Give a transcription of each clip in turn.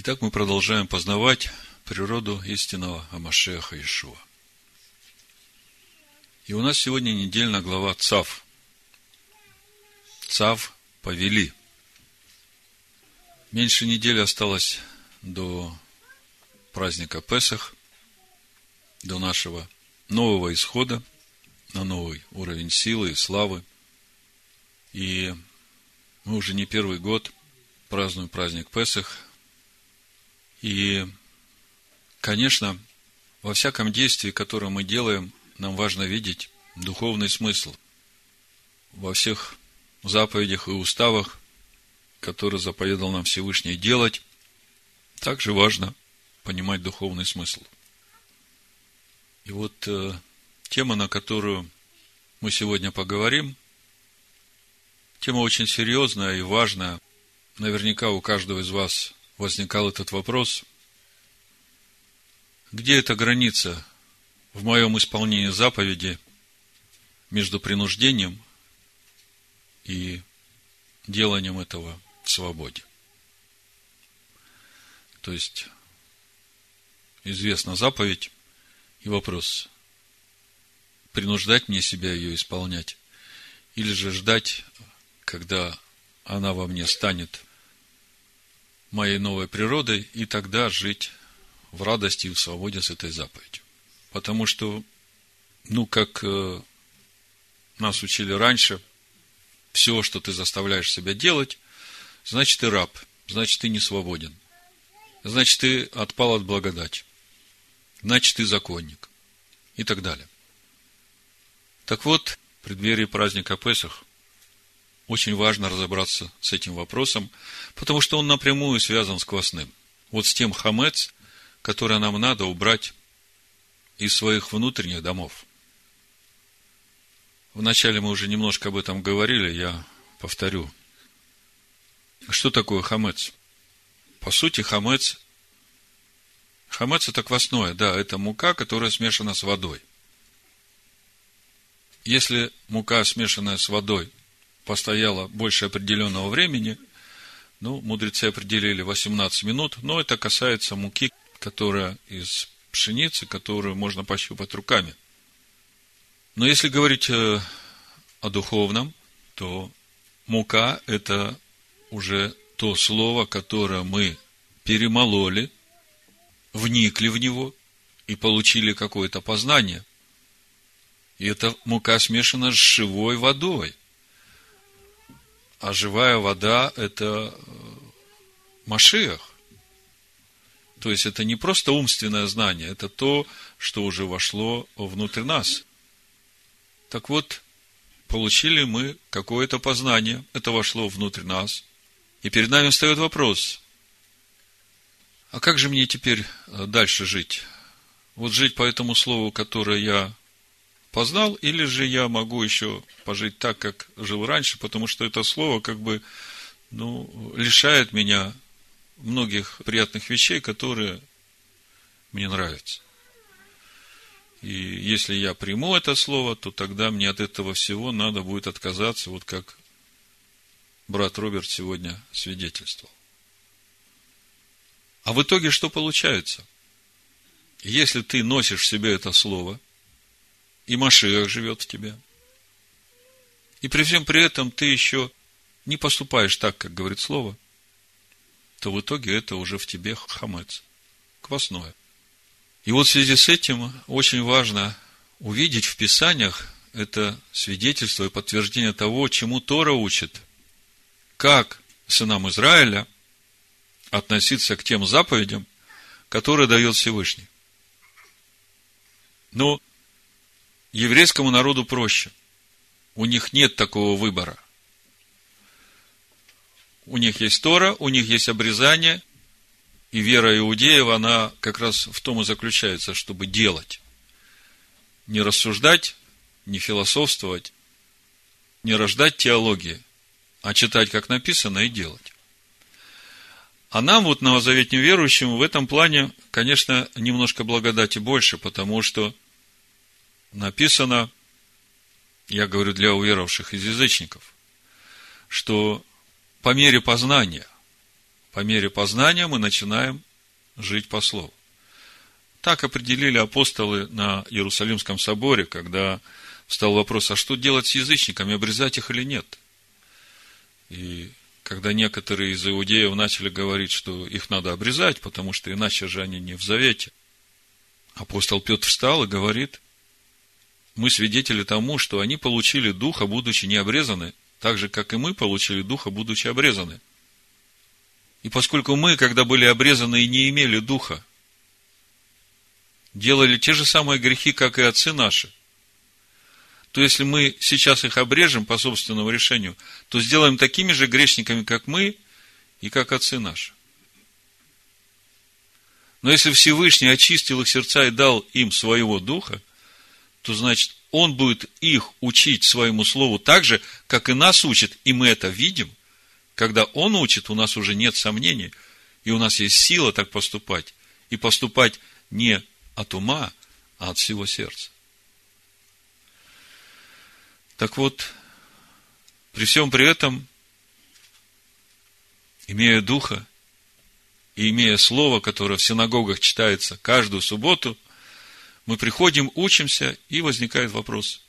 Итак, мы продолжаем познавать природу истинного ха-Машиаха Иешуа. И у нас сегодня недельная глава Цав. Цав повели. Меньше недели осталось до праздника Песах, до нашего нового исхода на новый уровень силы и славы. И мы уже не первый год празднуем праздник Песах. И, конечно, во всяком действии, которое мы делаем, нам важно видеть духовный смысл. Во всех заповедях и уставах, которые заповедал нам Всевышний делать, также важно понимать духовный смысл. И вот тема, на которую мы сегодня поговорим, тема очень серьезная и важная. Наверняка у каждого из вас возникал этот вопрос. Где эта граница в моем исполнении заповеди между принуждением и деланием этого в свободе? То есть, известна заповедь, и вопрос, принуждать мне себя ее исполнять, или же ждать, когда она во мне станет моей новой природой, и тогда жить в радости и в свободе с этой заповедью. Потому что, как нас учили раньше, все, что ты заставляешь себя делать, значит, ты раб, значит, ты не свободен, значит, ты отпал от благодати, значит, ты законник, и так далее. Так вот, в преддверии праздника Песах очень важно разобраться с этим вопросом, потому что он напрямую связан с квасным. Вот с тем хамец, который нам надо убрать из своих внутренних домов. Вначале мы уже немножко об этом говорили, я повторю. Что такое хамец? По сути, хамец это квасное, да, это мука, которая смешана с водой. Если мука, смешанная с водой, постояла больше определенного времени, мудрецы определили 18 минут, но это касается муки, которая из пшеницы, которую можно пощупать руками. Но если говорить о духовном, то мука – это уже то слово, которое мы перемололи, вникли в него и получили какое-то познание. И эта мука смешана с живой водой. А живая вода – это Машиах. То есть, это не просто умственное знание, это то, что уже вошло внутрь нас. Так вот, получили мы какое-то познание, это вошло внутрь нас. И перед нами встает вопрос, а как же мне теперь дальше жить? Вот жить по этому слову, которое я познал, или же я могу еще пожить так, как жил раньше, потому что это слово лишает меня многих приятных вещей, которые мне нравятся. И если я приму это слово, то тогда мне от этого всего надо будет отказаться, вот как брат Роберт сегодня свидетельствовал. А в итоге что получается? Если ты носишь в себе это слово, и Машиах живет в тебе, и при всем при этом ты еще не поступаешь так, как говорит слово, то в итоге это уже в тебе хамец, квасное. И вот в связи с этим очень важно увидеть в Писаниях это свидетельство и подтверждение того, чему Тора учит, как сынам Израиля относиться к тем заповедям, которые дает Всевышний. Но еврейскому народу проще. У них нет такого выбора. У них есть Тора, у них есть обрезание, и вера иудеев, она как раз в том и заключается, чтобы делать. Не рассуждать, не философствовать, не рождать теологии, а читать, как написано, и делать. А нам, новозаветным верующим, в этом плане, конечно, немножко благодати больше, потому что написано, я говорю для уверовавших из язычников, что по мере познания по мере познания мы начинаем жить по слову. Так определили апостолы на Иерусалимском соборе, когда встал вопрос, а что делать с язычниками, обрезать их или нет? И когда некоторые из иудеев начали говорить, что их надо обрезать, потому что иначе же они не в завете, апостол Петр встал и говорит: мы свидетели тому, что они получили духа, будучи не обрезаны, так же, как и мы получили духа, будучи обрезаны. И поскольку мы, когда были обрезаны и не имели духа, делали те же самые грехи, как и отцы наши, то если мы сейчас их обрежем по собственному решению, то сделаем такими же грешниками, как мы и как отцы наши. Но если Всевышний очистил их сердца и дал им своего духа, то значит, Он будет их учить своему слову так же, как и нас учит, и мы это видим. Когда Он учит, у нас уже нет сомнений, и у нас есть сила так поступать, и поступать не от ума, а от всего сердца. Так вот, при всем при этом, имея духа и имея слово, которое в синагогах читается каждую субботу, мы приходим, учимся, и возникает вопрос: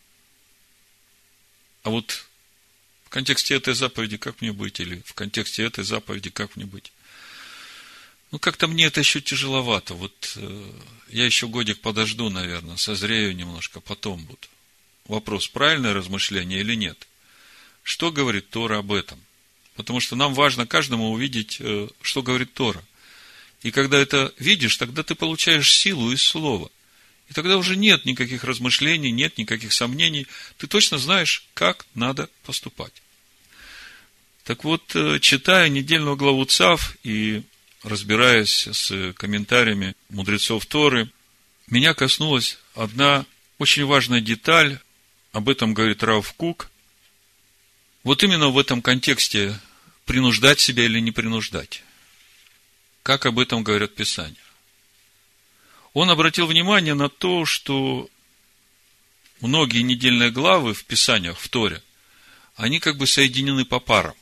а вот в контексте этой заповеди как мне быть? Или в контексте этой заповеди как мне быть? Как-то мне это еще тяжеловато. Я еще годик подожду, наверное, созрею немножко, потом буду. Вопрос, правильное размышление или нет? Что говорит Тора об этом? Потому что нам важно каждому увидеть, что говорит Тора. И когда это видишь, тогда ты получаешь силу из слова. И тогда уже нет никаких размышлений, нет никаких сомнений. Ты точно знаешь, как надо поступать. Так вот, читая недельную главу Цав и разбираясь с комментариями мудрецов Торы, меня коснулась одна очень важная деталь. Об этом говорит Рав Кук. Вот именно в этом контексте принуждать себя или не принуждать. Как об этом говорят Писания. Он обратил внимание на то, что многие недельные главы в Писаниях, в Торе, они как бы соединены по парам.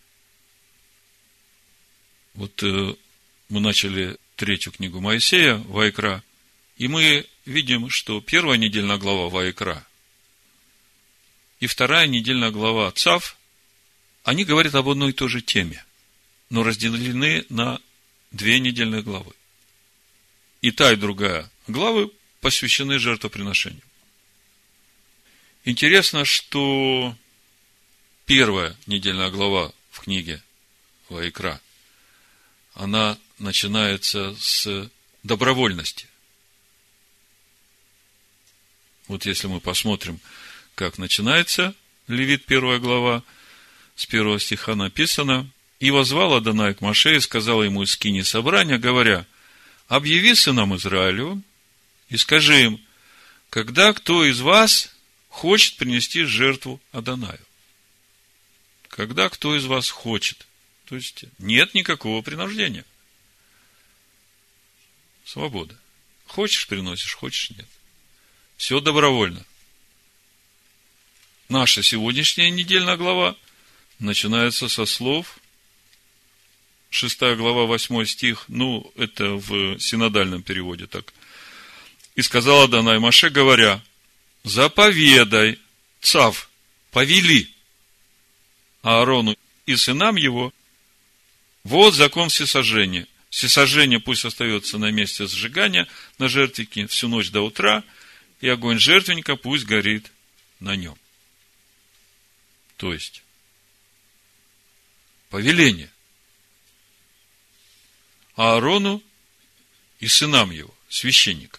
Мы начали 3 книгу Моисея, Ваикра, и мы видим, что 1 недельная глава Ваикра и 2 недельная глава Цав, они говорят об одной и той же теме, но разделены на 2 недельные главы. И та, и другая главы посвящены жертвоприношению. Интересно, что 1 недельная глава в книге Ваикра, она начинается с добровольности. Если мы посмотрим, как начинается Левит 1 глава, с 1 стиха написано: «И возвал Адонай к Моше, и сказал ему из скинии собрания, говоря: объяви сынам Израилю, и скажи им, когда кто из вас хочет принести жертву Адонаю». Когда кто из вас хочет. То есть, нет никакого принуждения. Свобода. Хочешь – приносишь, хочешь – нет. Все добровольно. Наша сегодняшняя недельная глава начинается со слов, 6 глава, 8 стих, это в синодальном переводе так. «И сказал Адонай Моше, говоря: заповедай, Цав, повели Аарону и сынам его, вот закон всесожжения. Всесожжение пусть остается на месте сжигания на жертвеннике всю ночь до утра, и огонь жертвенника пусть горит на нем». То есть, повеление Аарону и сынам его, священникам.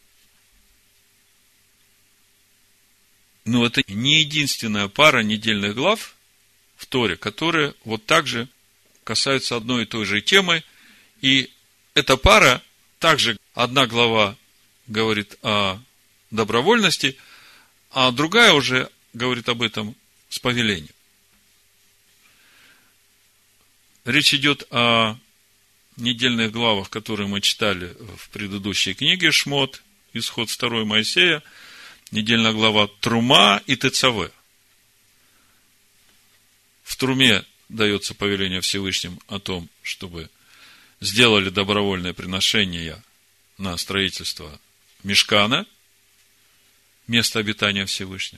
Но это не единственная пара недельных глав в Торе, которые вот так же касаются одной и той же темы. И эта пара, также одна глава говорит о добровольности, а другая уже говорит об этом с повелением. Речь идет о недельных главах, которые мы читали в предыдущей книге Шмот, Исход 2 Моисея, недельная глава Трума и Тецаве. В Труме дается повеление Всевышним о том, чтобы сделали добровольное приношение на строительство мишкана, место обитания Всевышнего.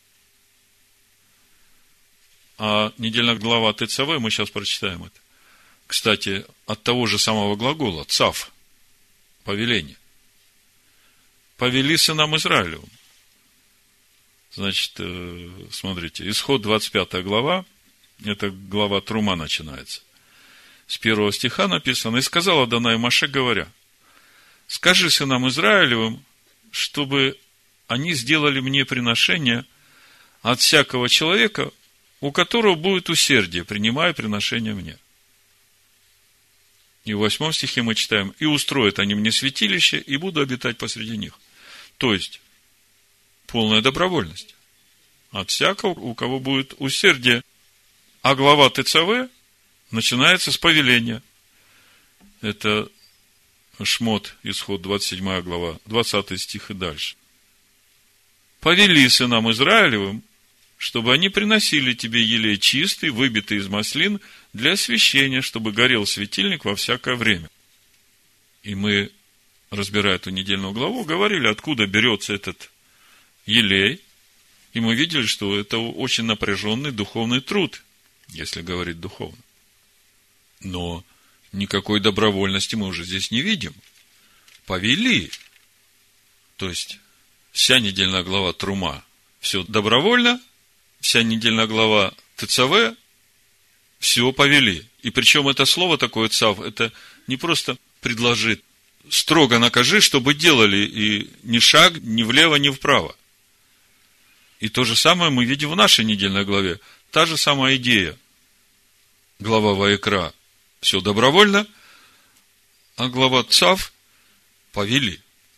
А недельная глава ТЦВ, мы сейчас прочитаем это. Кстати, от того же самого глагола, цав, повеление. Повели сынам Израилевым. Значит, смотрите, Исход 25 глава, это глава Трума начинается. С 1 стиха написано: «И сказал Адонай Моше, говоря: скажи сынам Израилевым, чтобы они сделали мне приношение от всякого человека, у которого будет усердие, принимая приношение мне». И в 8 стихе мы читаем: «И устроят они мне святилище, и буду обитать посреди них». То есть, полная добровольность от всякого, у кого будет усердие. А глава ТЦВ начинается с повеления. Это Шмот, Исход, 27 глава, 20 стих и дальше. «Повели сынам Израилевым, чтобы они приносили тебе елей чистый, выбитый из маслин, для освящения, чтобы горел светильник во всякое время». И мы, разбирая эту недельную главу, говорили, откуда берется этот елей. И мы видели, что это очень напряженный духовный труд, если говорить духовно. Но никакой добровольности мы уже здесь не видим. Повели. То есть, вся недельная глава Трума все добровольно, вся недельная глава ТЦВ все повели. И причем это слово такое цав, это не просто предложит: строго накажи, чтобы делали, и ни шаг ни влево, ни вправо. И то же самое мы видим в нашей недельной главе. Та же самая идея. Глава Ваикра все добровольно, а глава Цав повели.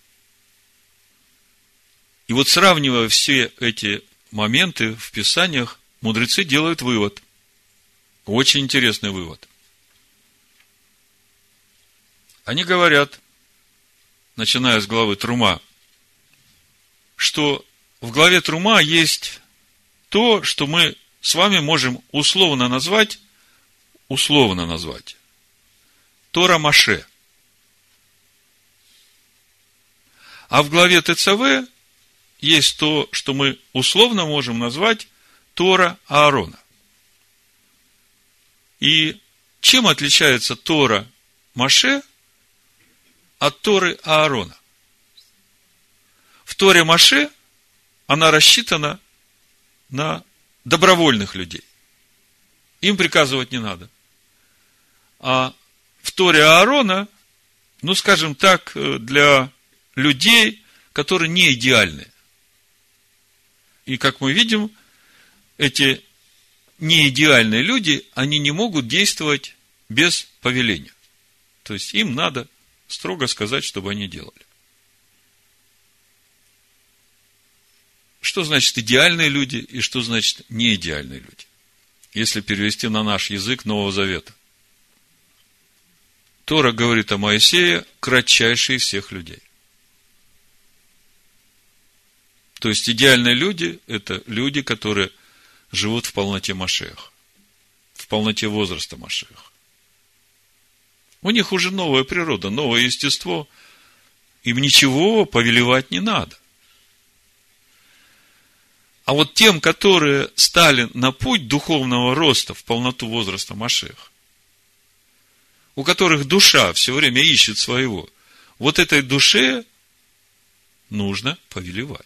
И вот, сравнивая все эти моменты в Писаниях, мудрецы делают вывод. Очень интересный вывод. Они говорят, начиная с главы Трума, что в главе Трума есть то, что мы с вами можем условно назвать Тора Моше. А в главе ТЦВ есть то, что мы условно можем назвать Тора Аарона. И чем отличается Тора Моше от Торы Аарона? В Торе Моше она рассчитана на добровольных людей. Им приказывать не надо. А в Торе Аарона, скажем так, для людей, которые не идеальны. И, как мы видим, эти неидеальные люди, они не могут действовать без повеления. То есть, им надо строго сказать, чтобы они делали. Что значит идеальные люди и что значит неидеальные люди? Если перевести на наш язык Нового Завета. Тора говорит о Моисее: кратчайший из всех людей. То есть, идеальные люди – это люди, которые живут в полноте Машиаха, в полноте возраста Машиаха. У них уже новая природа, новое естество. Им ничего повелевать не надо. А вот тем, которые стали на путь духовного роста в полноту возраста Машиаха, у которых душа все время ищет своего, вот этой душе нужно повелевать.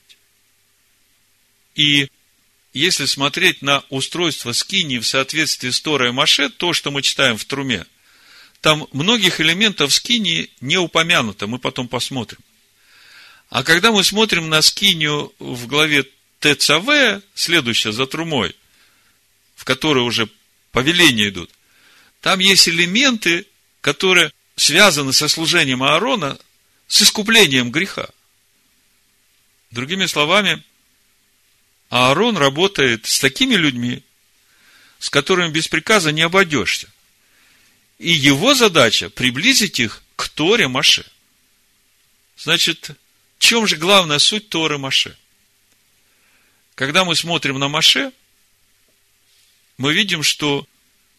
И если смотреть на устройство скинии в соответствии с Торой Моше, то, что мы читаем в Труме, там многих элементов скинии не упомянуто, мы потом посмотрим. А когда мы смотрим на скинию в главе ТЦВ, следующая за Трумой, в которой уже повеления идут, там есть элементы, которые связаны со служением Аарона, с искуплением греха. Другими словами, Аарон работает с такими людьми, с которыми без приказа не обойдешься. И его задача приблизить их к Торе Моше. Значит, в чем же главная суть Торы Моше? Когда мы смотрим на Моше, мы видим, что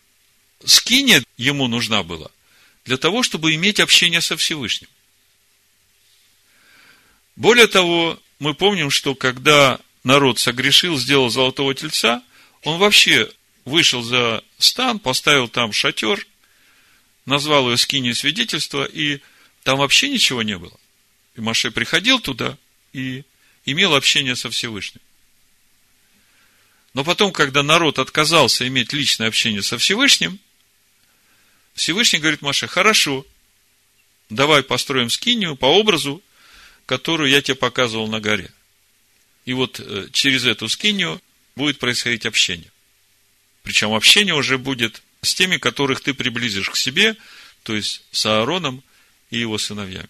скиния ему нужна была для того, чтобы иметь общение со Всевышним. Более того, мы помним, что когда народ согрешил, сделал золотого тельца, он вообще вышел за стан, поставил там шатер, назвал ее скинией свидетельства, и там вообще ничего не было. И Моше приходил туда и имел общение со Всевышним. Но потом, когда народ отказался иметь личное общение со Всевышним, Всевышний говорит Моше: хорошо, давай построим скинию по образу, которую я тебе показывал на горе. И вот через эту скинию будет происходить общение. Причем общение уже будет с теми, которых ты приблизишь к себе, то есть с Аароном и его сыновьями.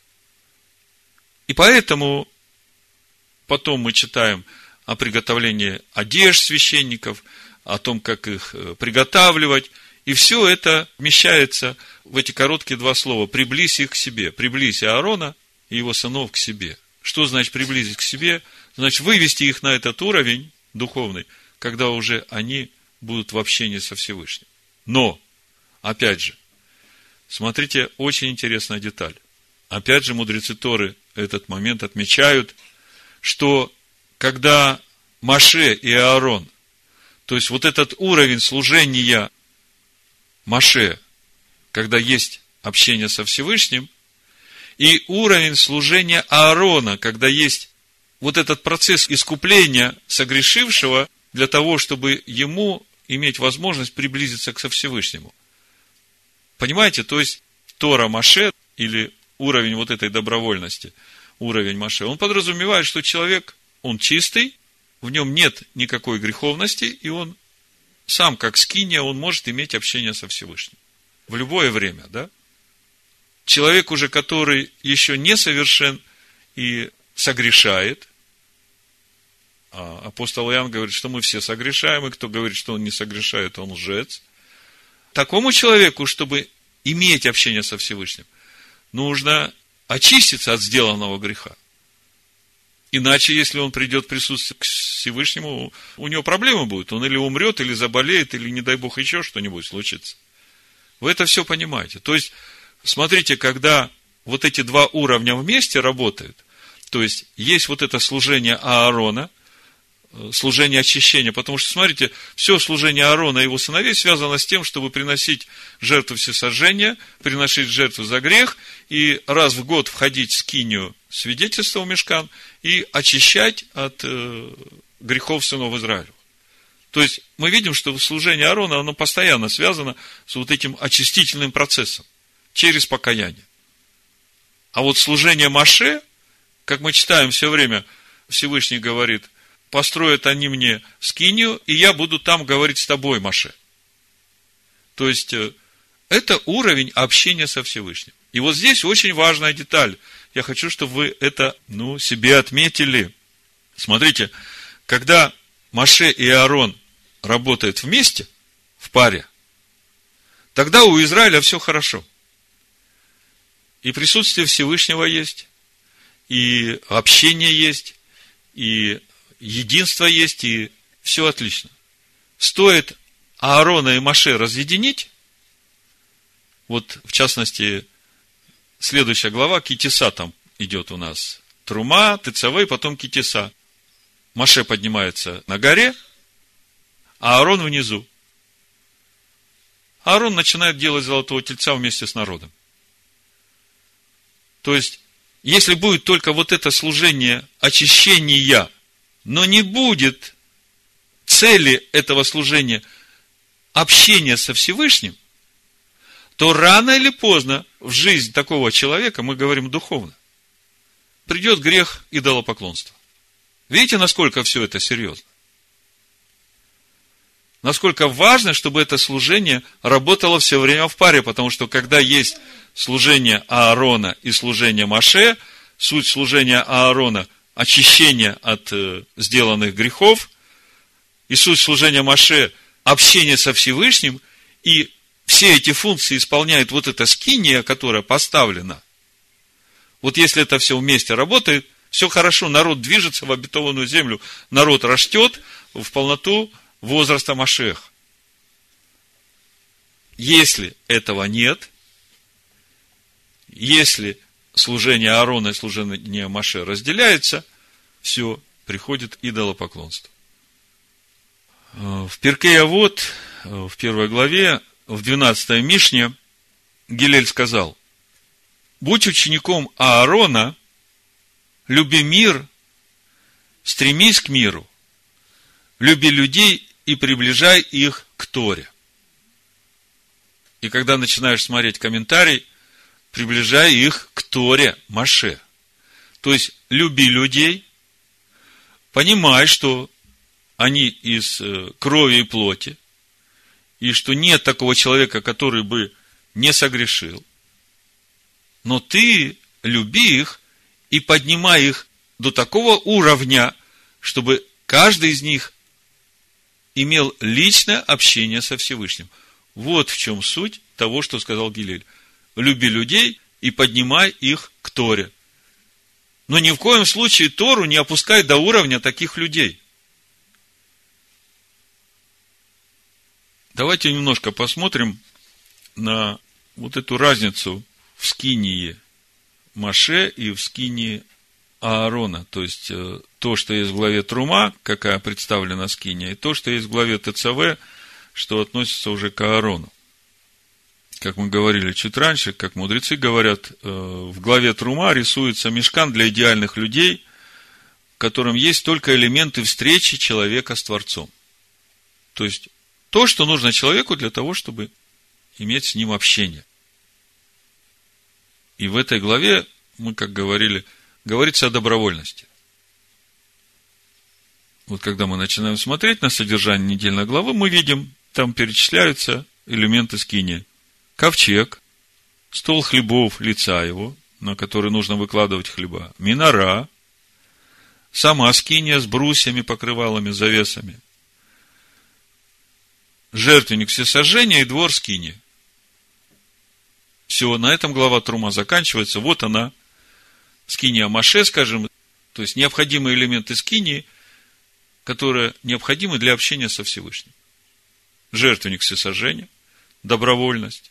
И поэтому потом мы читаем о приготовлении одежд священников, о том, как их приготавливать. И все это вмещается в эти короткие два слова: приблизь их к себе. Приблизь Аарона и его сынов к себе. Что значит приблизить к себе? Значит, вывести их на этот уровень духовный, когда уже они будут в общении со Всевышним. Но, опять же, смотрите, очень интересная деталь. Опять же, мудрецы Торы этот момент отмечают, что когда Моше и Аарон, то есть вот этот уровень служения Моше, когда есть общение со Всевышним, и уровень служения Аарона, когда есть вот этот процесс искупления согрешившего для того, чтобы ему иметь возможность приблизиться к Всевышнему. Понимаете, то есть Тора Моше, или уровень вот этой добровольности, уровень Моше, он подразумевает, что человек, он чистый, в нем нет никакой греховности, и он сам, как скиния, он может иметь общение со Всевышним. В любое время, да? Человек уже, который еще не совершен и согрешает, а апостол Иоанн говорит, что мы все согрешаем, и кто говорит, что он не согрешает, он лжец. Такому человеку, чтобы иметь общение со Всевышним, нужно очиститься от сделанного греха. Иначе, если он придет в присутствие к Всевышнему, у него проблемы будут. Он или умрет, или заболеет, или, не дай Бог, еще что-нибудь случится. Вы это все понимаете. То есть, смотрите, когда вот эти два уровня вместе работают, то есть вот это служение Аарона, служение очищения, потому что, смотрите, все служение Аарона и его сыновей связано с тем, чтобы приносить жертву всесожжения, приносить жертву за грех, и раз в год входить в скинию свидетельства в мишкан и очищать от грехов сынов Израиля. То есть, мы видим, что служение Аарона, оно постоянно связано с вот этим очистительным процессом, через покаяние. А вот служение Моше, как мы читаем все время, Всевышний говорит: построят они мне скинию, и я буду там говорить с тобой, Моше. То есть, это уровень общения со Всевышним. И вот здесь очень важная деталь. Я хочу, чтобы вы это, себе отметили. Смотрите, когда Моше и Аарон работают вместе, в паре, тогда у Израиля все хорошо. И присутствие Всевышнего есть, и общение есть, и единство есть, и все отлично. Стоит Аарона и Моше разъединить, вот в частности, следующая глава, Китиса там идет у нас. Трума, Тецавей, потом Китиса. Моше поднимается на горе, а Аарон внизу. Аарон начинает делать золотого тельца вместе с народом. То есть, если будет только вот это служение очищения, но не будет цели этого служения общения со Всевышним, то рано или поздно в жизнь такого человека, мы говорим духовно, придет грех идолопоклонства. Видите, насколько все это серьезно? Насколько важно, чтобы это служение работало все время в паре, потому что когда есть служение Аарона и служение Моше, суть служения Аарона – очищение от сделанных грехов, и суть служения Моше – общение со Всевышним, и все эти функции исполняет вот эта скиния, которая поставлена. Вот если это все вместе работает, все хорошо, народ движется в обетованную землю, народ растет в полноту возраста Машиаха. Если этого нет, если служение Аарона и служение Моше разделяется, все, приходит идолопоклонство. В Перкей Авот, в 1 главе, в 12 Мишне, Гилель сказал: будь учеником Аарона, люби мир, стремись к миру, люби людей и приближай их к Торе. И когда начинаешь смотреть комментарий, приближай их к Торе Моше. То есть, люби людей, понимай, что они из крови и плоти, и что нет такого человека, который бы не согрешил. Но ты люби их и поднимай их до такого уровня, чтобы каждый из них имел личное общение со Всевышним. Вот в чем суть того, что сказал Гилель. Люби людей и поднимай их к Торе. Но ни в коем случае Тору не опускай до уровня таких людей. Давайте немножко посмотрим на вот эту разницу в скинии Моше и в скинии Аарона. То есть, то, что есть в главе Трума, какая представлена скиния, и то, что есть в главе ТЦВ, что относится уже к Аарону. Как мы говорили чуть раньше, как мудрецы говорят, в главе Трума рисуется мишкан для идеальных людей, в котором есть только элементы встречи человека с Творцом. То есть, то, что нужно человеку для того, чтобы иметь с ним общение. И в этой главе, мы как говорили, говорится о добровольности. Вот когда мы начинаем смотреть на содержание недельной главы, мы видим, там перечисляются элементы скинии. Ковчег, стол хлебов лица его, на который нужно выкладывать хлеба, минора, сама скиния с брусьями, покрывалами, завесами, жертвенник всесожжения и двор скинии. Все, на этом глава Трума заканчивается. Вот она, скиния Моше, скажем, то есть необходимые элементы скинии, которые необходимы для общения со Всевышним. Жертвенник всесожжения, добровольность.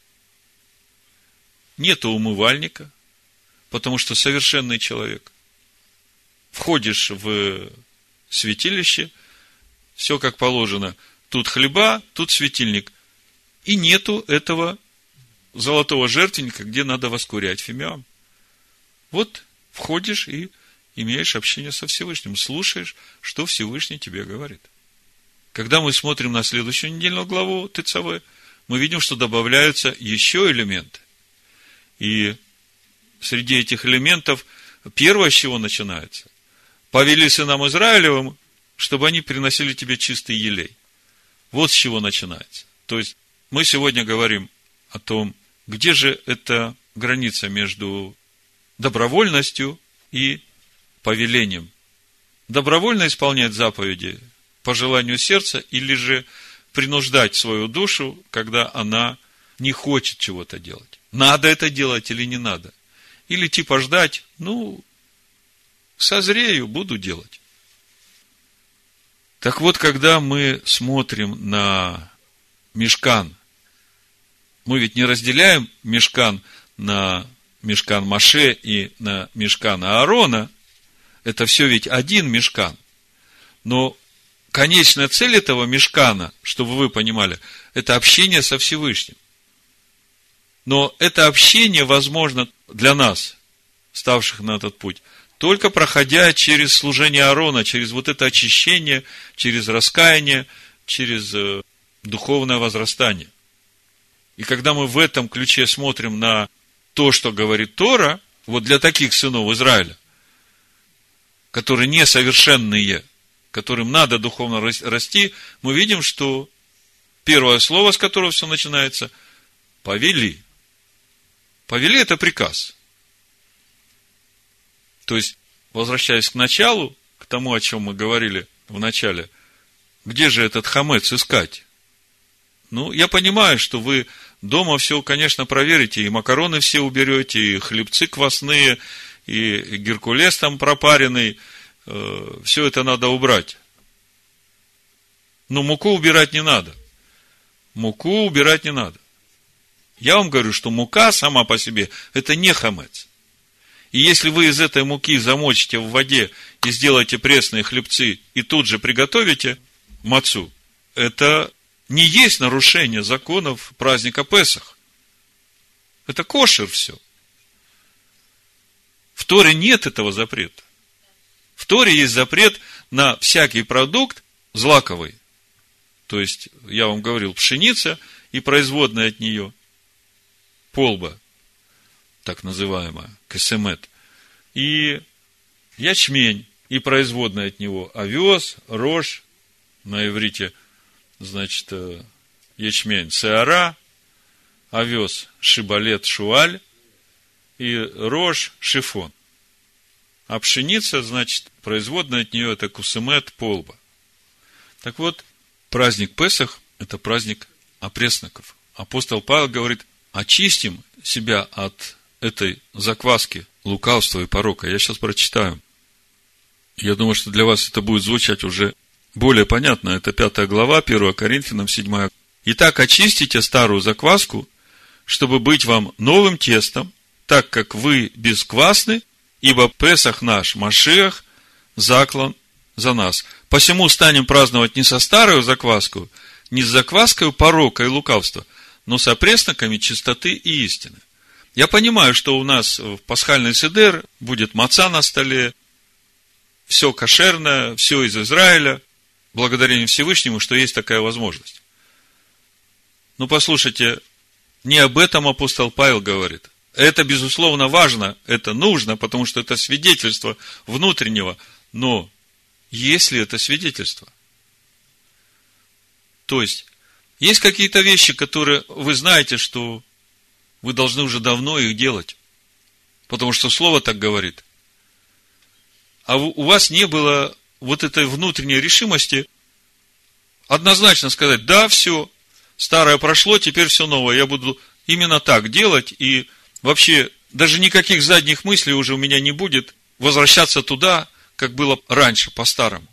Нету умывальника, потому что совершенный человек. Входишь в святилище, все как положено. Тут хлеба, тут светильник. И нету этого золотого жертвенника, где надо воскурять фимиам. Вот входишь и имеешь общение со Всевышним, слушаешь, что Всевышний тебе говорит. Когда мы смотрим на следующую недельную главу ТЦВ, мы видим, что добавляются еще элементы. И среди этих элементов первое, с чего начинается: повели сынам Израилевым, чтобы они приносили тебе чистый елей. Вот с чего начинается. То есть, мы сегодня говорим о том, где же эта граница между добровольностью и повелением. Добровольно исполнять заповеди по желанию сердца или же принуждать свою душу, когда она не хочет чего-то делать. Надо это делать или не надо. Или типа ждать, созрею, буду делать. Так вот, когда мы смотрим на мишкан, мы ведь не разделяем мишкан на мишкан Моше и на мишкан Аарона. Это все ведь один мишкан. Но конечная цель этого мишкана, чтобы вы понимали, это общение со Всевышним. Но это общение возможно для нас, ставших на этот путь, только проходя через служение Аарона, через вот это очищение, через раскаяние, через духовное возрастание. И когда мы в этом ключе смотрим на то, что говорит Тора, вот для таких сынов Израиля, которые несовершенные, которым надо духовно расти, мы видим, что первое слово, с которого все начинается, повели. Повели – это приказ. То есть, возвращаясь к началу, к тому, о чем мы говорили в начале, где же этот хамец искать? Я понимаю, что вы дома все, конечно, проверите, и макароны все уберете, и хлебцы квасные, и геркулес там пропаренный, все это надо убрать. Но муку убирать не надо. Муку убирать не надо. Я вам говорю, что мука сама по себе – это не хамец. И если вы из этой муки замочите в воде и сделаете пресные хлебцы, и тут же приготовите мацу, это не есть нарушение законов праздника Песах. Это кошер все. В Торе нет этого запрета. В Торе есть запрет на всякий продукт злаковый. То есть, я вам говорил, пшеница и производная от нее, полба, так называемая, кесемет, и ячмень, и производная от него, овес, рожь, на иврите, значит, ячмень, сеара, овес, шибалет, шуаль, и рожь, шифон. А пшеница, значит, производная от нее, это кусемет, полба. Так вот, праздник Песах – это праздник опресноков. Апостол Павел говорит, очистим себя от этой закваски, лукавства и порока. Я сейчас прочитаю. Я думаю, что для вас это будет звучать уже более понятно. Это 5 глава, 1 Коринфянам, 7. «Итак, очистите старую закваску, чтобы быть вам новым тестом, так как вы бесквасны, ибо Песах наш, Машиах, заклан за нас. Посему станем праздновать не со старою закваскою, не с закваскою порока и лукавства, но с опресноками чистоты и истины». Я понимаю, что у нас в пасхальный седер будет маца на столе, все кошерное, все из Израиля, благодарение Всевышнему, что есть такая возможность. Но послушайте, не об этом апостол Павел говорит. Это, безусловно, важно, это нужно, потому что это свидетельство внутреннего. Но есть ли это свидетельство? То есть, есть какие-то вещи, которые вы знаете, что вы должны уже давно их делать, потому что Слово так говорит. А у вас не было вот этой внутренней решимости однозначно сказать, да, все, старое прошло, теперь все новое, я буду именно так делать, и вообще даже никаких задних мыслей уже у меня не будет возвращаться туда, как было раньше, по-старому.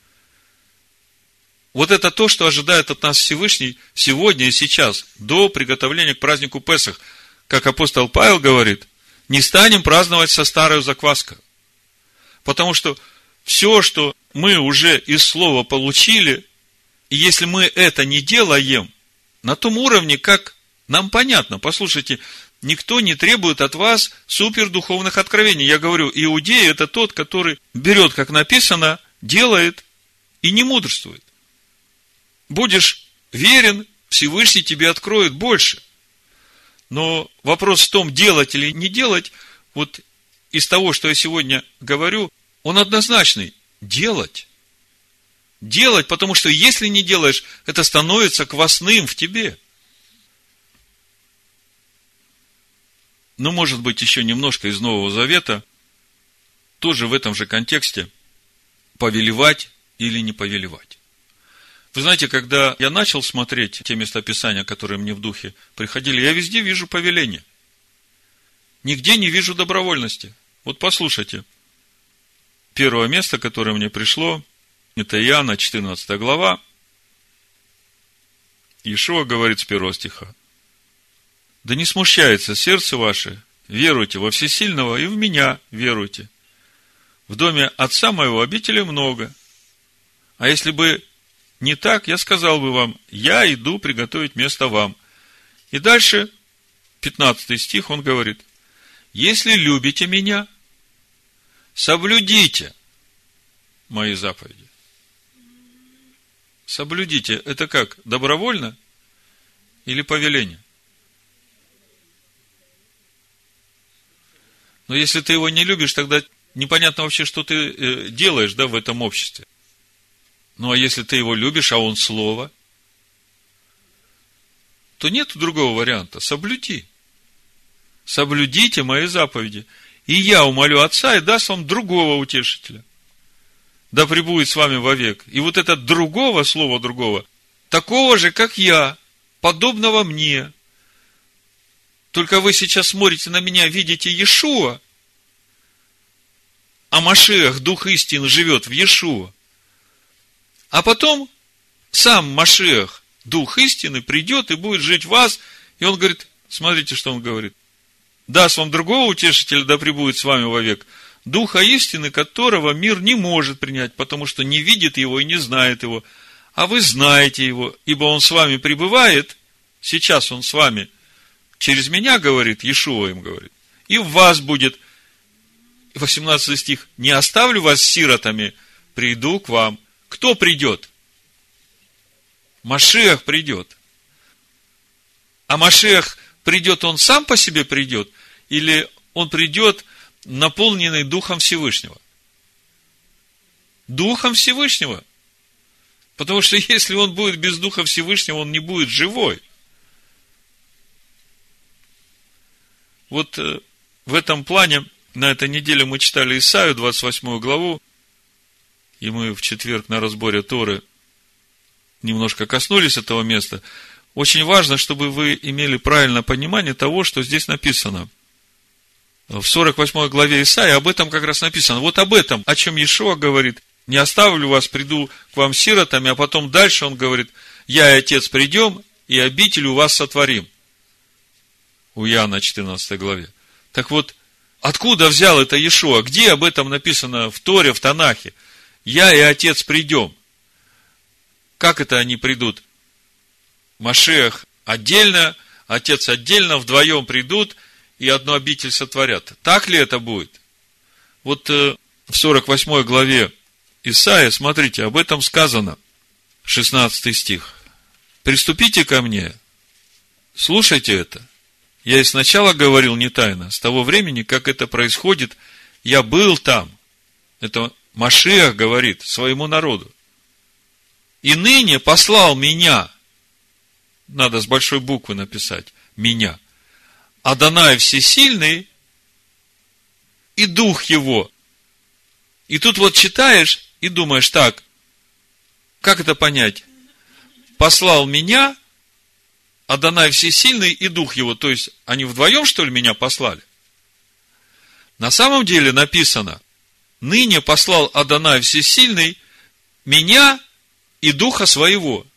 Вот это то, что ожидает от нас Всевышний сегодня и сейчас, до приготовления к празднику Песах. Как апостол Павел говорит, не станем праздновать со старой закваской. Потому что все, что мы уже из слова получили, и если мы это не делаем, на том уровне, как нам понятно, послушайте, никто не требует от вас супердуховных откровений. Я говорю, иудей – это тот, который берет, как написано, делает и не мудрствует. Будешь верен, Всевышний тебе откроет больше. Но вопрос в том, делать или не делать, вот из того, что я сегодня говорю, он однозначный. Делать. Делать, потому что если не делаешь, это становится квасным в тебе. Но, может быть, еще немножко из Нового Завета, тоже в этом же контексте, повелевать или не повелевать. Вы знаете, когда я начал смотреть те местописания, которые мне в духе приходили, я везде вижу повеление. Нигде не вижу добровольности. Вот послушайте. Первое место, которое мне пришло, это Иоанна, 14 глава. Иешуа говорит с 1 стиха. «Да не смущается сердце ваше, веруйте во Всесильного и в меня веруйте. В доме Отца моего обителей много. А если бы не так, я сказал бы вам, я иду приготовить место вам». И дальше, 15 стих, он говорит, «Если любите меня, соблюдите мои заповеди». Соблюдите, это как, добровольно или повеление? Но если ты его не любишь, тогда непонятно вообще, что ты делаешь, да, в этом обществе. Ну, а если ты его любишь, а он слово, то нет другого варианта. Соблюди. Соблюдите мои заповеди. И я умолю Отца и даст вам другого утешителя. Да пребудет с вами вовек. И вот это другого, слово другого, такого же, как я, подобного мне. Только вы сейчас смотрите на меня, видите Иешуа, а Машиах, Дух истины, живет в Иешуа. А потом сам Машиах, Дух истины, придет и будет жить в вас. И он говорит, Смотрите, что он говорит. Даст вам другого утешителя, да пребудет с вами вовек, Духа истины, которого мир не может принять, потому что не видит его и не знает его. А вы знаете его, ибо он с вами пребывает, сейчас он с вами, через меня, говорит, Иешуа им говорит, и в вас будет. 18 стих. Не оставлю вас сиротами, приду к вам. Кто придет? Машиах придет. А Машиах придет, он сам по себе придет, или он придет, наполненный Духом Всевышнего? Духом Всевышнего. Потому что если он будет без Духа Всевышнего, он не будет живой. Вот в этом плане, на этой неделе мы читали Исаию, 28 главу, и мы в четверг на разборе Торы немножко коснулись этого места. Очень важно, чтобы вы имели правильное понимание того, что здесь написано. В 48 главе Исаии об этом как раз написано. Вот об этом, о чем Иешуа говорит. Не оставлю вас, приду к вам сиротами, а потом дальше он говорит, я и Отец придем, и обитель у вас сотворим. У Иоанна 14 главе. Так вот, откуда взял это Иешуа? Где об этом написано в Торе, в Танахе? Я и Отец придем. Как это они придут? Машиах отдельно, Отец отдельно, вдвоем придут и одну обитель сотворят. Так ли это будет? Вот в 48 главе Исаия, смотрите, об этом сказано. 16 стих. «Приступите ко мне, слушайте это. Я и сначала говорил не тайно, с того времени, как это происходит, я был там». Это Машиах говорит своему народу. «И ныне послал меня». Надо с большой буквы написать. «Меня». «Адонай Всесильный и Дух Его». И тут вот читаешь и думаешь, так, как это понять? Послал меня, Адонай Всесильный и Дух Его. То есть, они вдвоем, что ли, меня послали? На самом деле написано, ныне послал Адонай Всесильный меня и Духа Своего.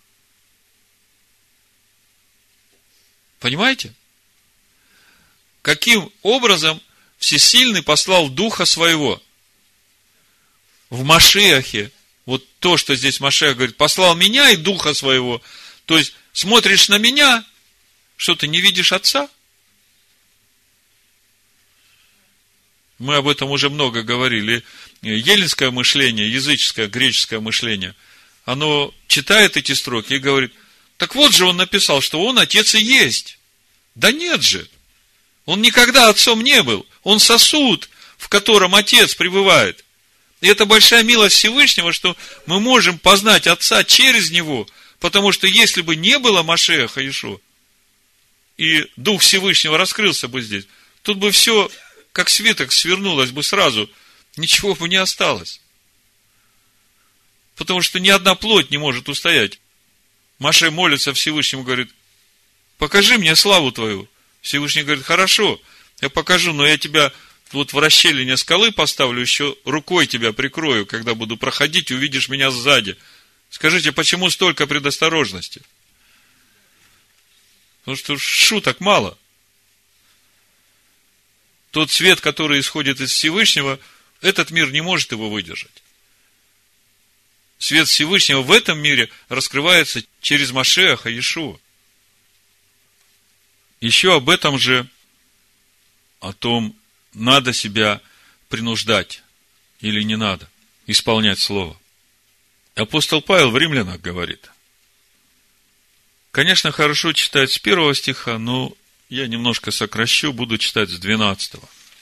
Понимаете? Каким образом Всесильный послал Духа Своего? В Машиахе, вот то, что здесь Машиах говорит, послал меня и Духа Своего. То есть, смотришь на меня, что ты не видишь Отца? Мы об этом уже много говорили. Эллинское мышление, языческое, греческое мышление, оно читает эти строки и говорит, так вот же он написал, что он Отец и есть. Да нет же. Он никогда Отцом не был. Он сосуд, в котором Отец пребывает. И это большая милость Всевышнего, что мы можем познать Отца через Него. Потому что если бы не было Машиаха Иешуа, и Дух Всевышнего раскрылся бы здесь, тут бы все, как свиток, свернулось бы сразу, ничего бы не осталось. Потому что ни одна плоть не может устоять. Маше молится Всевышнему, говорит, покажи мне славу твою. Всевышний говорит, хорошо, я покажу, но я тебя вот в расщелине скалы поставлю, еще рукой тебя прикрою, когда буду проходить, увидишь меня сзади. Скажите, почему столько предосторожности? Потому что шуток мало. Тот свет, который исходит из Всевышнего, этот мир не может его выдержать. Свет Всевышнего в этом мире раскрывается через Машиаха Иешуа. Еще об этом же, о том, надо себя принуждать или не надо исполнять Слово. Апостол Павел в Римлянах говорит. Конечно, хорошо читать с 1 стиха, но я немножко сокращу, буду читать с 12.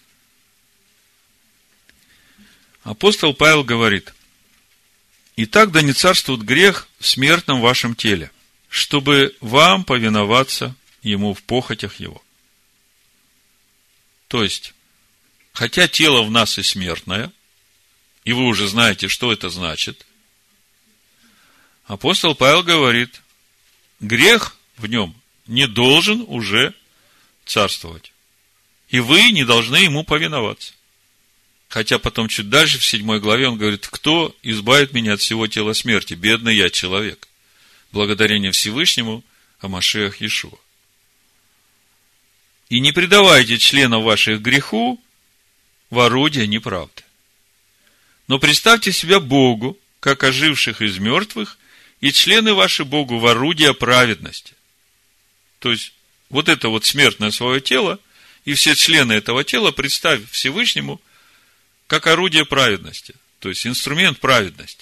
Апостол Павел говорит. Итак, да не царствует грех в смертном вашем теле, чтобы вам повиноваться ему в похотях его. То есть, хотя тело в нас и смертное, и вы уже знаете, что это значит, апостол Павел говорит, грех в нем не должен уже царствовать. И вы не должны ему повиноваться. Хотя потом чуть дальше, в 7 главе, он говорит, кто избавит меня от всего тела смерти? Бедный я человек. Благодарение Всевышнему о Машиах Иешуа. И не предавайте членов ваших греху в орудие неправды. Но представьте себя Богу, как оживших из мертвых, и члены ваши Богу в орудие праведности. То есть, вот это вот смертное свое тело, и все члены этого тела представь Всевышнему, как орудие праведности. То есть, инструмент праведности.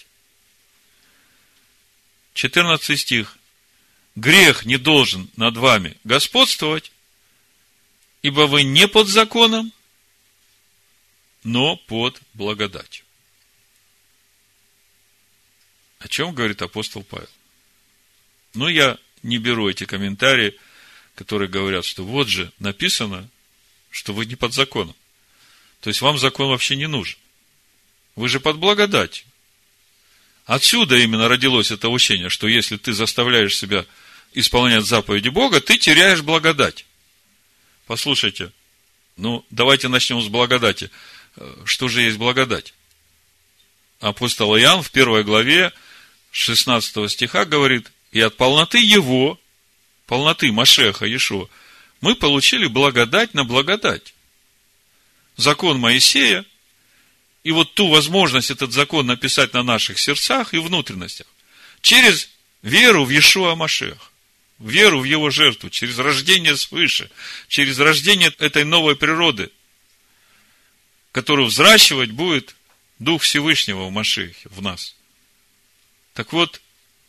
14 стих. Грех не должен над вами господствовать, ибо вы не под законом, но под благодатью. О чем говорит апостол Павел? Ну, я не беру эти комментарии, которые говорят, что вот же написано, что вы не под законом. То есть, вам закон вообще не нужен. Вы же под благодатью. Отсюда именно родилось это учение, что если ты заставляешь себя исполнять заповеди Бога, ты теряешь благодать. Послушайте, давайте начнем с благодати. Что же есть благодать? Апостол Иоанн в 1 главе 16 стиха говорит: и от полноты Его, полноты Машеха Иешуа, мы получили благодать на благодать. Закон Моисея, и вот ту возможность этот закон написать на наших сердцах и внутренностях, через веру в Иешуа Машех, веру в Его жертву, через рождение свыше, через рождение этой новой природы, которую взращивать будет Дух Всевышнего в Машехе, в нас. Так вот,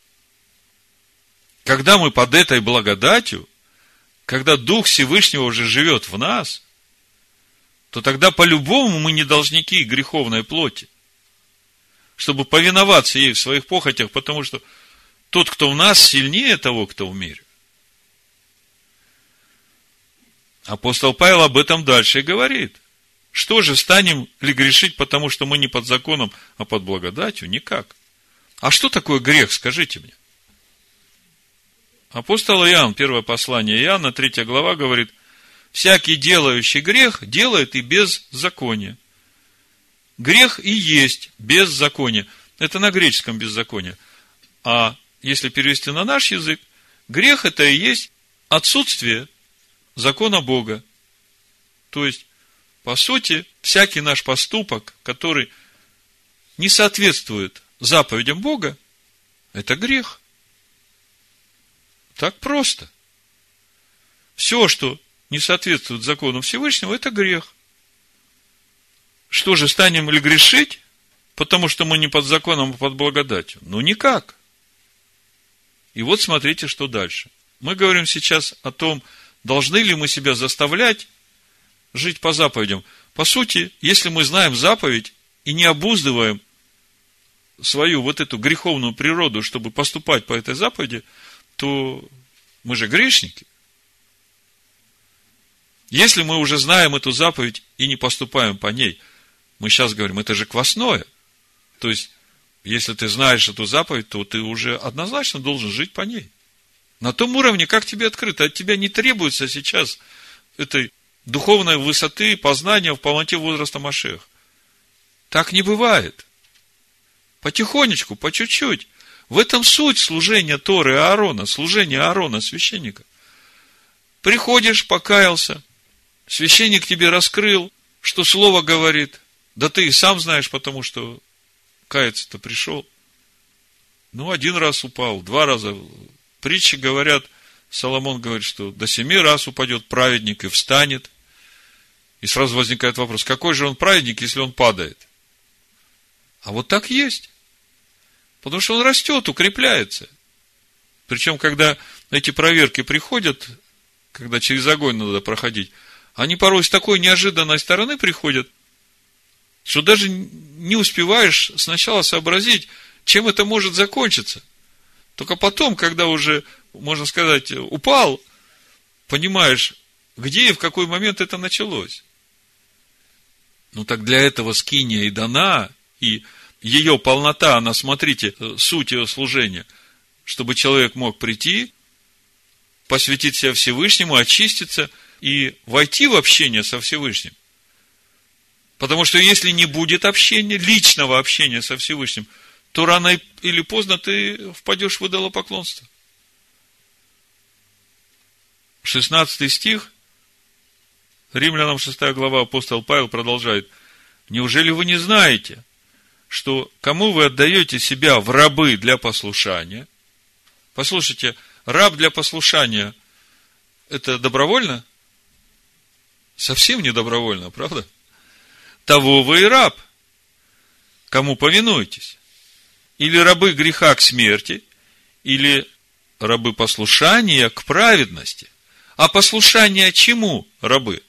когда мы под этой благодатью, когда Дух Всевышнего уже живет в нас, то тогда по-любому мы не должники греховной плоти, чтобы повиноваться ей в своих похотях, потому что тот, кто в нас, сильнее того, кто в мире. Апостол Павел об этом дальше и говорит. Что же, станем ли грешить, потому что мы не под законом, а под благодатью? Никак. А что такое грех, скажите мне? Апостол Иоанн, первое послание Иоанна, 3 глава, говорит: всякий делающий грех делает и беззаконие. Грех и есть беззаконие. Это на греческом беззаконие. А если перевести на наш язык, грех это и есть отсутствие закона Бога. То есть, по сути, всякий наш поступок, который не соответствует заповедям Бога, это грех. Так просто. Все, что не соответствует закону Всевышнего, это грех. Что же, станем ли грешить, потому что мы не под законом, а под благодатью? Никак. И вот смотрите, что дальше. Мы говорим сейчас о том, должны ли мы себя заставлять жить по заповедям. По сути, если мы знаем заповедь и не обуздываем свою вот эту греховную природу, чтобы поступать по этой заповеди, то мы же грешники. Если мы уже знаем эту заповедь и не поступаем по ней, мы сейчас говорим, это же квасное. То есть, если ты знаешь эту заповедь, то ты уже однозначно должен жить по ней. На том уровне, как тебе открыто, от тебя не требуется сейчас этой духовной высоты, познания в полноте возраста Машеха. Так не бывает. Потихонечку, по чуть-чуть. В этом суть служения Торы и Аарона, служения Аарона, священника. Приходишь, покаялся, священник тебе раскрыл, что слово говорит. Да ты и сам знаешь, потому что каяться-то пришел. 1 раз упал, 2 раза. Притчи говорят, Соломон говорит, что до 7 раз упадет праведник и встанет. И сразу возникает вопрос, какой же он праведник, если он падает? А вот так есть. Потому что он растет, укрепляется. Причем, когда эти проверки приходят, когда через огонь надо проходить, они порой с такой неожиданной стороны приходят, что даже не успеваешь сначала сообразить, чем это может закончиться. Только потом, когда уже, можно сказать, упал, понимаешь, где и в какой момент это началось. Так для этого скиния и дана, и ее полнота, она, смотрите, суть ее служения, чтобы человек мог прийти, посвятить себя Всевышнему, очиститься и войти в общение со Всевышним. Потому что если не будет общения, личного общения со Всевышним, то рано или поздно ты впадешь в идолопоклонство. 16 стих. Римлянам 6 глава апостол Павел продолжает. Неужели вы не знаете, что кому вы отдаете себя в рабы для послушания? Послушайте, раб для послушания – это добровольно? Совсем не добровольно, правда? Того вы и раб, кому повинуетесь. Или рабы греха к смерти, или рабы послушания к праведности. А послушание чему рабы?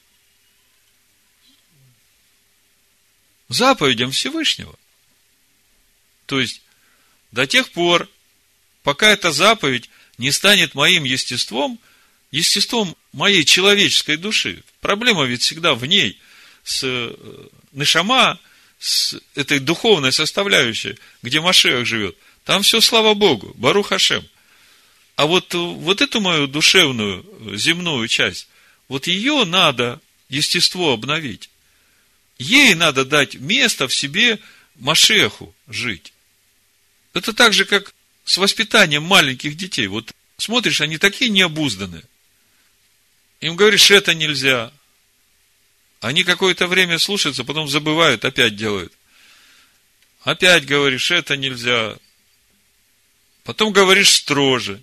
Заповедям Всевышнего. То есть, до тех пор, пока эта заповедь не станет моим естеством, естеством моей человеческой души. Проблема ведь всегда в ней, с нешама, с этой духовной составляющей, где Машиах живет. Там все, слава Богу, Барух Ашем. А вот эту мою душевную, земную часть, вот ее надо, естество, обновить. Ей надо дать место в себе Машиаху жить. Это так же, как с воспитанием маленьких детей. Вот смотришь, они такие необузданные. Им говоришь, это нельзя. Они какое-то время слушаются, потом забывают, опять делают. Опять говоришь, это нельзя. Потом говоришь строже.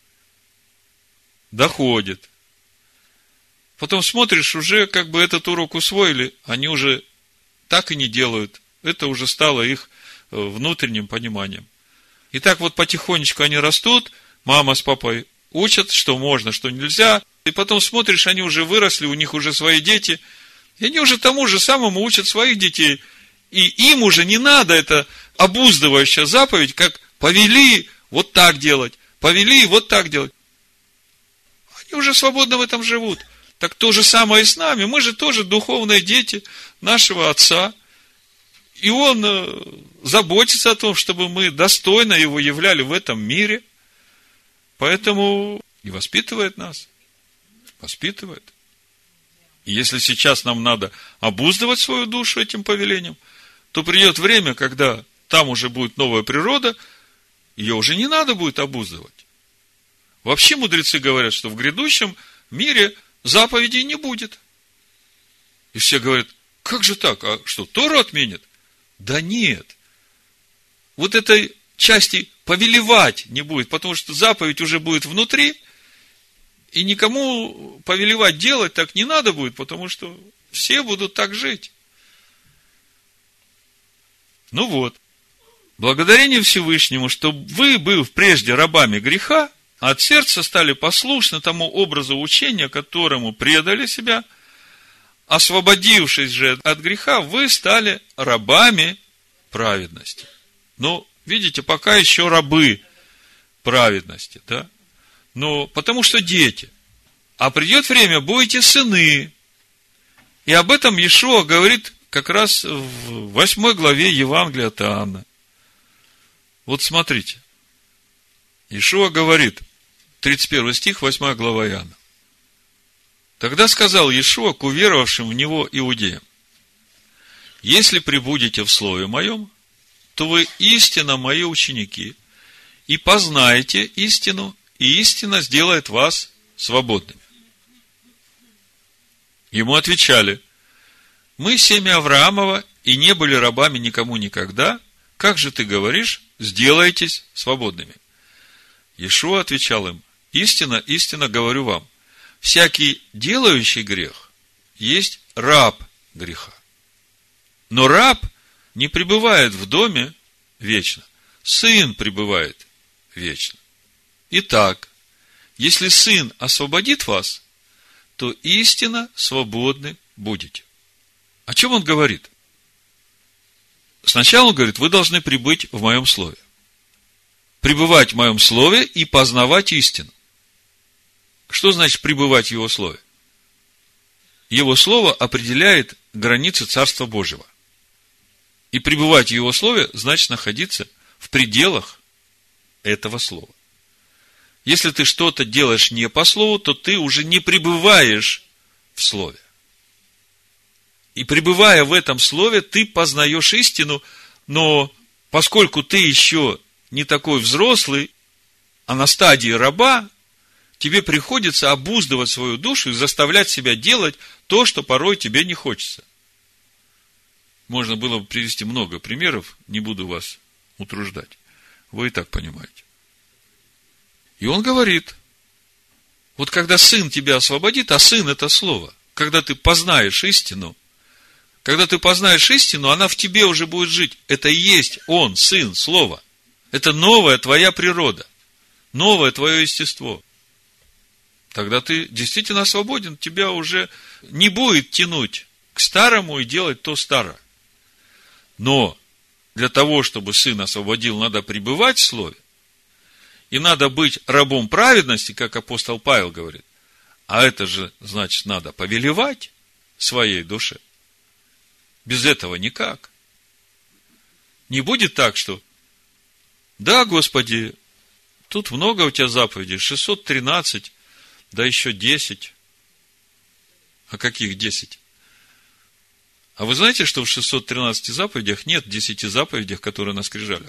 Доходит. Потом смотришь, уже как бы этот урок усвоили, они уже так и не делают. Это уже стало их внутренним пониманием. И так вот потихонечку они растут, мама с папой учат, что можно, что нельзя. И потом смотришь, они уже выросли, у них уже свои дети. И они уже тому же самому учат своих детей. И им уже не надо эта обуздывающая заповедь, как повели вот так делать, повели вот так делать. Они уже свободно в этом живут. Так то же самое и с нами. Мы же тоже духовные дети нашего Отца. И Он заботится о том, чтобы мы достойно Его являли в этом мире. Поэтому и воспитывает нас. Воспитывает. И если сейчас нам надо обуздывать свою душу этим повелением, то придет время, когда там уже будет новая природа, ее уже не надо будет обуздывать. Вообще мудрецы говорят, что в грядущем мире заповедей не будет. И все говорят, как же так? А что, Тору отменят? Да нет. Вот этой части повелевать не будет, потому что заповедь уже будет внутри, и никому повелевать делать так не надо будет, потому что все будут так жить. Ну вот. Благодарение Всевышнему, что вы, быв прежде рабами греха, от сердца стали послушны тому образу учения, которому предали себя, освободившись же от греха, вы стали рабами праведности. Но, видите, пока еще рабы праведности, да? Но потому что дети. А придет время, будете сыны. И об этом Иешуа говорит как раз в 8 главе Евангелия от Иоанна. Вот смотрите. Иешуа говорит, 31 стих, 8 глава Иоанна. Тогда сказал Иешуа к уверовавшим в Него иудеям: если пребудете в Слове Моем, то вы истинно Мои ученики, и познаете истину, и истина сделает вас свободными. Ему отвечали: мы семя Авраамова, и не были рабами никому никогда. Как же ты говоришь, сделайтесь свободными? Иешуа отвечал им: истинно, истинно говорю вам, всякий делающий грех есть раб греха. Но раб не пребывает в доме вечно, сын пребывает вечно. Итак, если сын освободит вас, то истинно свободны будете. О чем он говорит? Сначала он говорит, вы должны пребыть в моем слове. Пребывать в моем слове и познавать истину. Что значит пребывать в его слове? Его слово определяет границы Царства Божьего. И пребывать в его слове значит находиться в пределах этого слова. Если ты что-то делаешь не по слову, то ты уже не пребываешь в слове. И пребывая в этом слове, ты познаешь истину, но поскольку ты еще не такой взрослый, а на стадии раба, тебе приходится обуздывать свою душу и заставлять себя делать то, что порой тебе не хочется. Можно было бы привести много примеров, не буду вас утруждать. Вы и так понимаете. И он говорит, вот когда Сын тебя освободит, а Сын – это Слово, когда ты познаешь истину, она в тебе уже будет жить. Это и есть Он, Сын, Слово. Это новая твоя природа, новое твое естество. Тогда ты действительно свободен, тебя уже не будет тянуть к старому и делать то старое. Но для того, чтобы Сын освободил, надо пребывать в Слове. И надо быть рабом праведности, как апостол Павел говорит. А это же, значит, надо повелевать своей душе. Без этого никак. Не будет так, что да, Господи, тут много у тебя заповедей, 613, да еще 10. А каких 10? А вы знаете, что в 613 заповедях нет 10 заповедей, которые на скрижалях?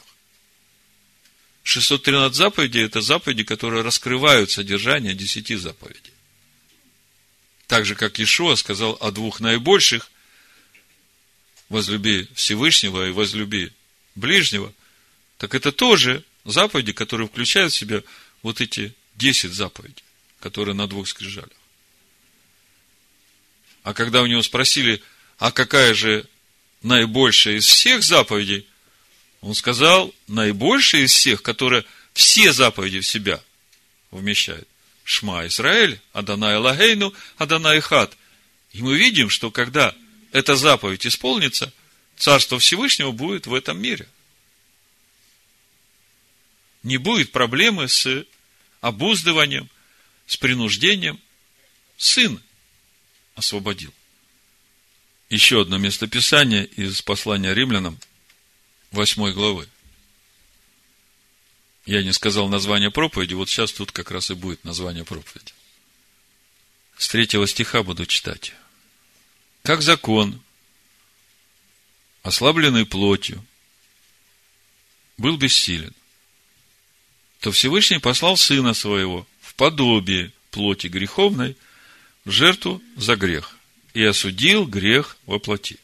613 заповедей – это заповеди, которые раскрывают содержание 10 заповедей. Так же, как Иешуа сказал о 2 наибольших: возлюби Всевышнего и возлюби ближнего. Так это тоже заповеди, которые включают в себя вот эти 10 заповедей, которые на 2 скрижалях. А когда у него спросили, а какая же наибольшая из всех заповедей, он сказал, наибольшая из всех, которая все заповеди в себя вмещает. Шма Исраэль, Адонай Элохейну, Адонай Эхад. И мы видим, что когда эта заповедь исполнится, Царство Всевышнего будет в этом мире. Не будет проблемы с обуздыванием, с принуждением. Сын освободил. Еще одно местописание из послания Римлянам, 8 главы. Я не сказал название проповеди, вот сейчас тут как раз и будет название проповеди. С 3 стиха буду читать. Как закон, ослабленный плотью, был бессилен, то Всевышний послал Сына Своего в подобие плоти греховной в жертву за грех и осудил грех во плоти,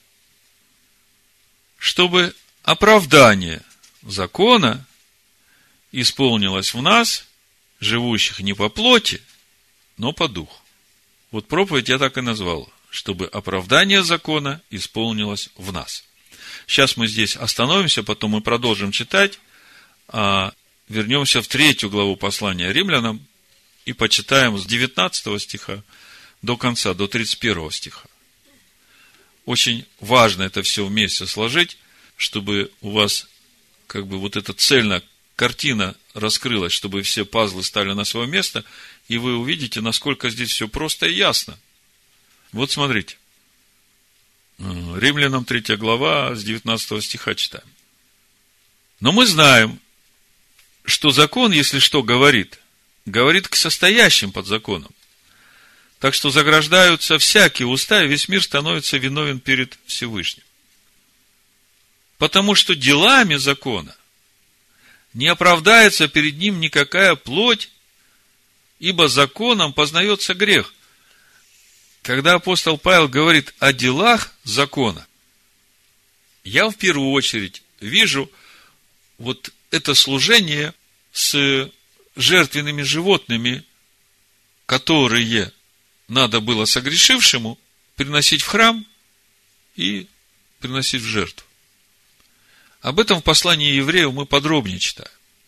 чтобы оправдание закона исполнилось в нас, живущих не по плоти, но по духу. Вот проповедь я так и назвал, чтобы оправдание закона исполнилось в нас. Сейчас мы здесь остановимся, потом мы продолжим читать, а вернемся в 3 главу послания Римлянам и почитаем с 19 стиха до конца, до 31 стиха. Очень важно это все вместе сложить, чтобы у вас как бы вот эта цельная картина раскрылась, чтобы все пазлы стали на свое место, и вы увидите, насколько здесь все просто и ясно. Вот смотрите. Римлянам 3 глава, с 19 стиха читаем. Но мы знаем, что закон, если что говорит к состоящим под законом. Так что заграждаются всякие уста, и весь мир становится виновен перед Всевышним. Потому что делами закона не оправдается перед ним никакая плоть, ибо законом познается грех. Когда апостол Павел говорит о делах закона, я в первую очередь вижу вот это служение с жертвенными животными, которые надо было согрешившему приносить в храм и приносить в жертву. Об этом в послании евреев мы подробнее читаем.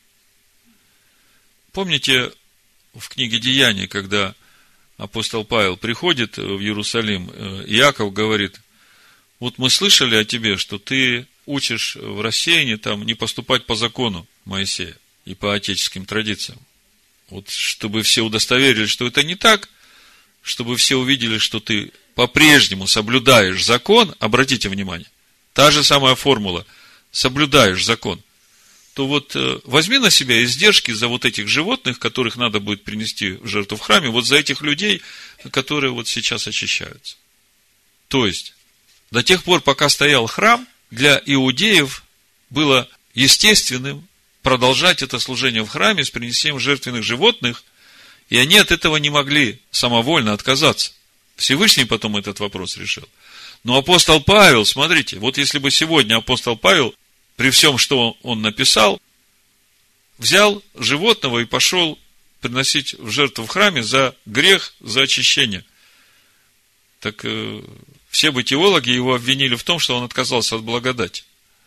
Помните, в книге Деяний, когда апостол Павел приходит в Иерусалим, Иаков говорит: вот мы слышали о тебе, что ты учишь в рассеянии там не поступать по закону Моисея и по отеческим традициям. Вот чтобы все удостоверились, что это не так, чтобы все увидели, что ты по-прежнему соблюдаешь закон, обратите внимание, та же самая формула, соблюдаешь закон, то вот возьми на себя издержки за вот этих животных, которых надо будет принести в жертву в храме, вот за этих людей, которые вот сейчас очищаются. То есть, до тех пор, пока стоял храм, для иудеев было естественным продолжать это служение в храме с принесением жертвенных животных И они от этого не могли самовольно отказаться. Всевышний потом этот вопрос решил. Но апостол Павел, смотрите, вот если бы сегодня апостол Павел, при всем, что он написал, взял животного и пошел приносить в жертву в храме за грех, за очищение. Так все бы теологи его обвинили в том, что он отказался от благодати.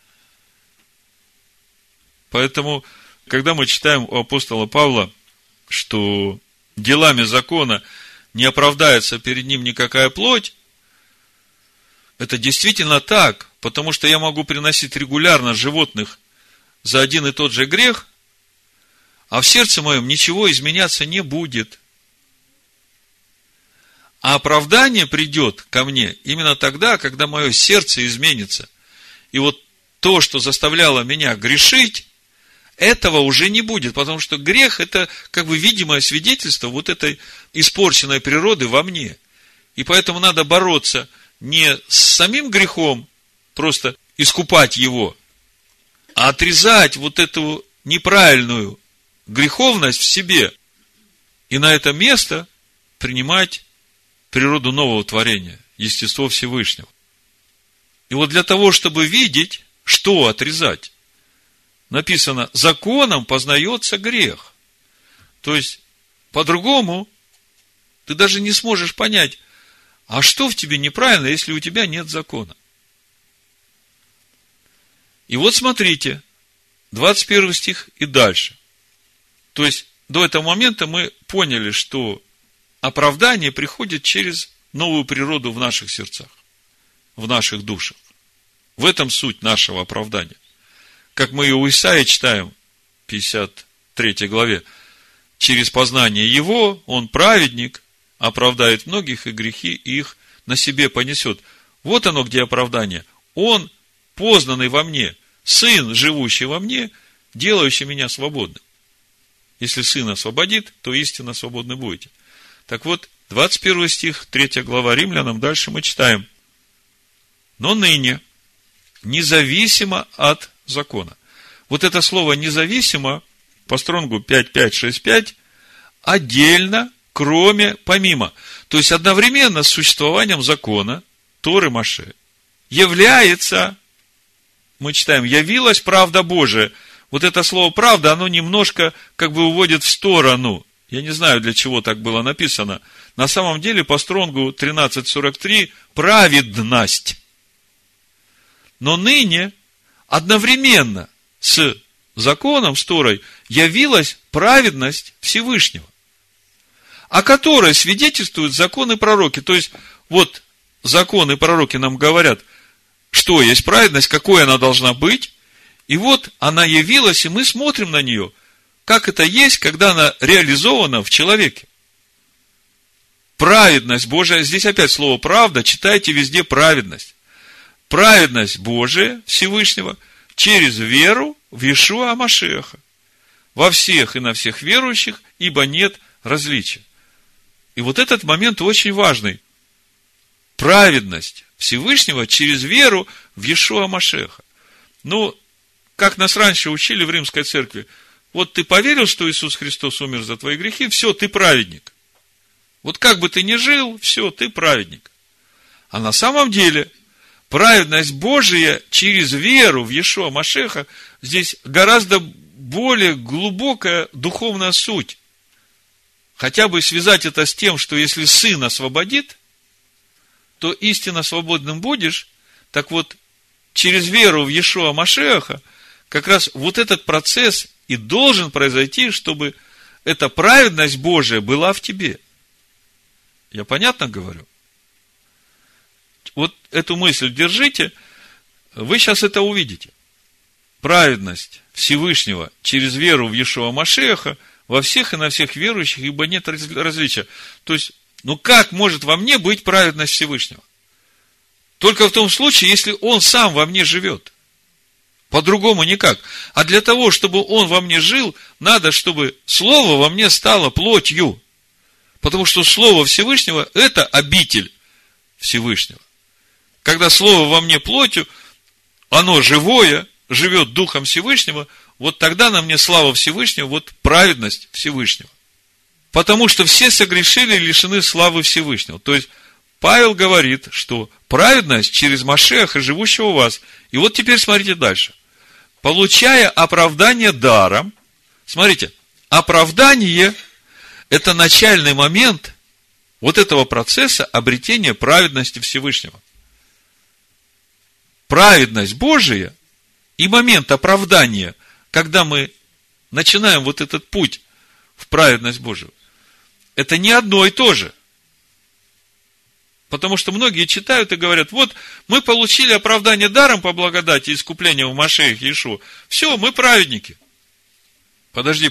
Поэтому, когда мы читаем у апостола Павла, что делами закона не оправдается перед ним никакая плоть, это действительно так, потому что я могу приносить регулярно животных за один и тот же грех, а в сердце моем ничего изменяться не будет. А оправдание придет ко мне именно тогда, когда мое сердце изменится. И вот то, что заставляло меня грешить, этого уже не будет, потому что грех – это как бы видимое свидетельство вот этой испорченной природы во мне. И поэтому надо бороться не с самим грехом, просто искупать его, а отрезать вот эту неправильную греховность в себе и на это место принимать природу нового творения, естество Всевышнего. И вот для того, чтобы видеть, что отрезать, написано, законом познается грех. То есть, по-другому ты даже не сможешь понять, а что в тебе неправильно, если у тебя нет закона. И вот смотрите, 21 стих и дальше. То есть, до этого момента мы поняли, что оправдание приходит через новую природу в наших сердцах, в наших душах. В этом суть нашего оправдания. Как мы и у Исаии читаем, в 53 главе, через познание его, он праведник, оправдает многих, и грехи их на себе понесет. Вот оно, где оправдание. Он, познанный во мне, сын, живущий во мне, делающий меня свободным. Если сын освободит, то истинно свободны будете. Так вот, 21 стих, 3 глава Римлянам, дальше мы читаем. Но ныне, независимо от закона. Вот это слово «независимо» по Стронгу 5565 отдельно, кроме, помимо. То есть, одновременно с существованием закона, Торы Моше, является, мы читаем, явилась правда Божия. Вот это слово «правда», оно немножко как бы уводит в сторону. Я не знаю, для чего так было написано. На самом деле, по Стронгу 1343 праведность. Но ныне, одновременно с законом, с Торой, явилась праведность Всевышнего, о которой свидетельствуют законы и пророки. То есть, вот законы и пророки нам говорят, что есть праведность, какой она должна быть, и вот она явилась, и мы смотрим на нее, как это есть, когда она реализована в человеке. Праведность Божия, здесь опять слово «правда», читайте везде праведность. Праведность Божия Всевышнего через веру в Иешуа Машиаха. Во всех и на всех верующих, ибо нет различия. И вот этот момент очень важный. Праведность Всевышнего через веру в Иешуа Машиаха. Ну, как нас раньше учили в Римской церкви, вот ты поверил, что Иисус Христос умер за твои грехи, все, ты праведник. Вот как бы ты ни жил, все, ты праведник. А на самом деле, праведность Божия через веру в Иешуа Машиаха, здесь гораздо более глубокая духовная суть. Хотя бы связать это с тем, что если Сын освободит, то истинно свободным будешь. Так вот, через веру в Иешуа Машиаха, как раз вот этот процесс и должен произойти, чтобы эта праведность Божия была в тебе. Я понятно говорю? Вот эту мысль держите, вы сейчас это увидите. Праведность Всевышнего через веру в Иешуа Машиаха во всех и на всех верующих, ибо нет различия. То есть, ну как может во мне быть праведность Всевышнего? Только в том случае, если Он сам во мне живет. По-другому никак. А для того, чтобы Он во мне жил, надо, чтобы Слово во мне стало плотью. Потому что Слово Всевышнего – это обитель Всевышнего. Когда Слово во мне плотью, оно живое, живет Духом Всевышнего, вот тогда на мне слава Всевышнего, вот праведность Всевышнего. потому что все согрешили и лишены славы Всевышнего. То есть, Павел говорит, что праведность через Машиаха, живущего у вас. И вот теперь смотрите дальше. Получая оправдание даром, смотрите, оправдание – это начальный момент вот этого процесса обретения праведности Всевышнего. Праведность Божия и момент оправдания, когда мы начинаем вот этот путь в праведность Божию, это не одно и то же. Потому что многие читают и говорят, вот мы получили оправдание даром по благодати и искупление в Машиахе Иешуа. Все, мы праведники. Подожди.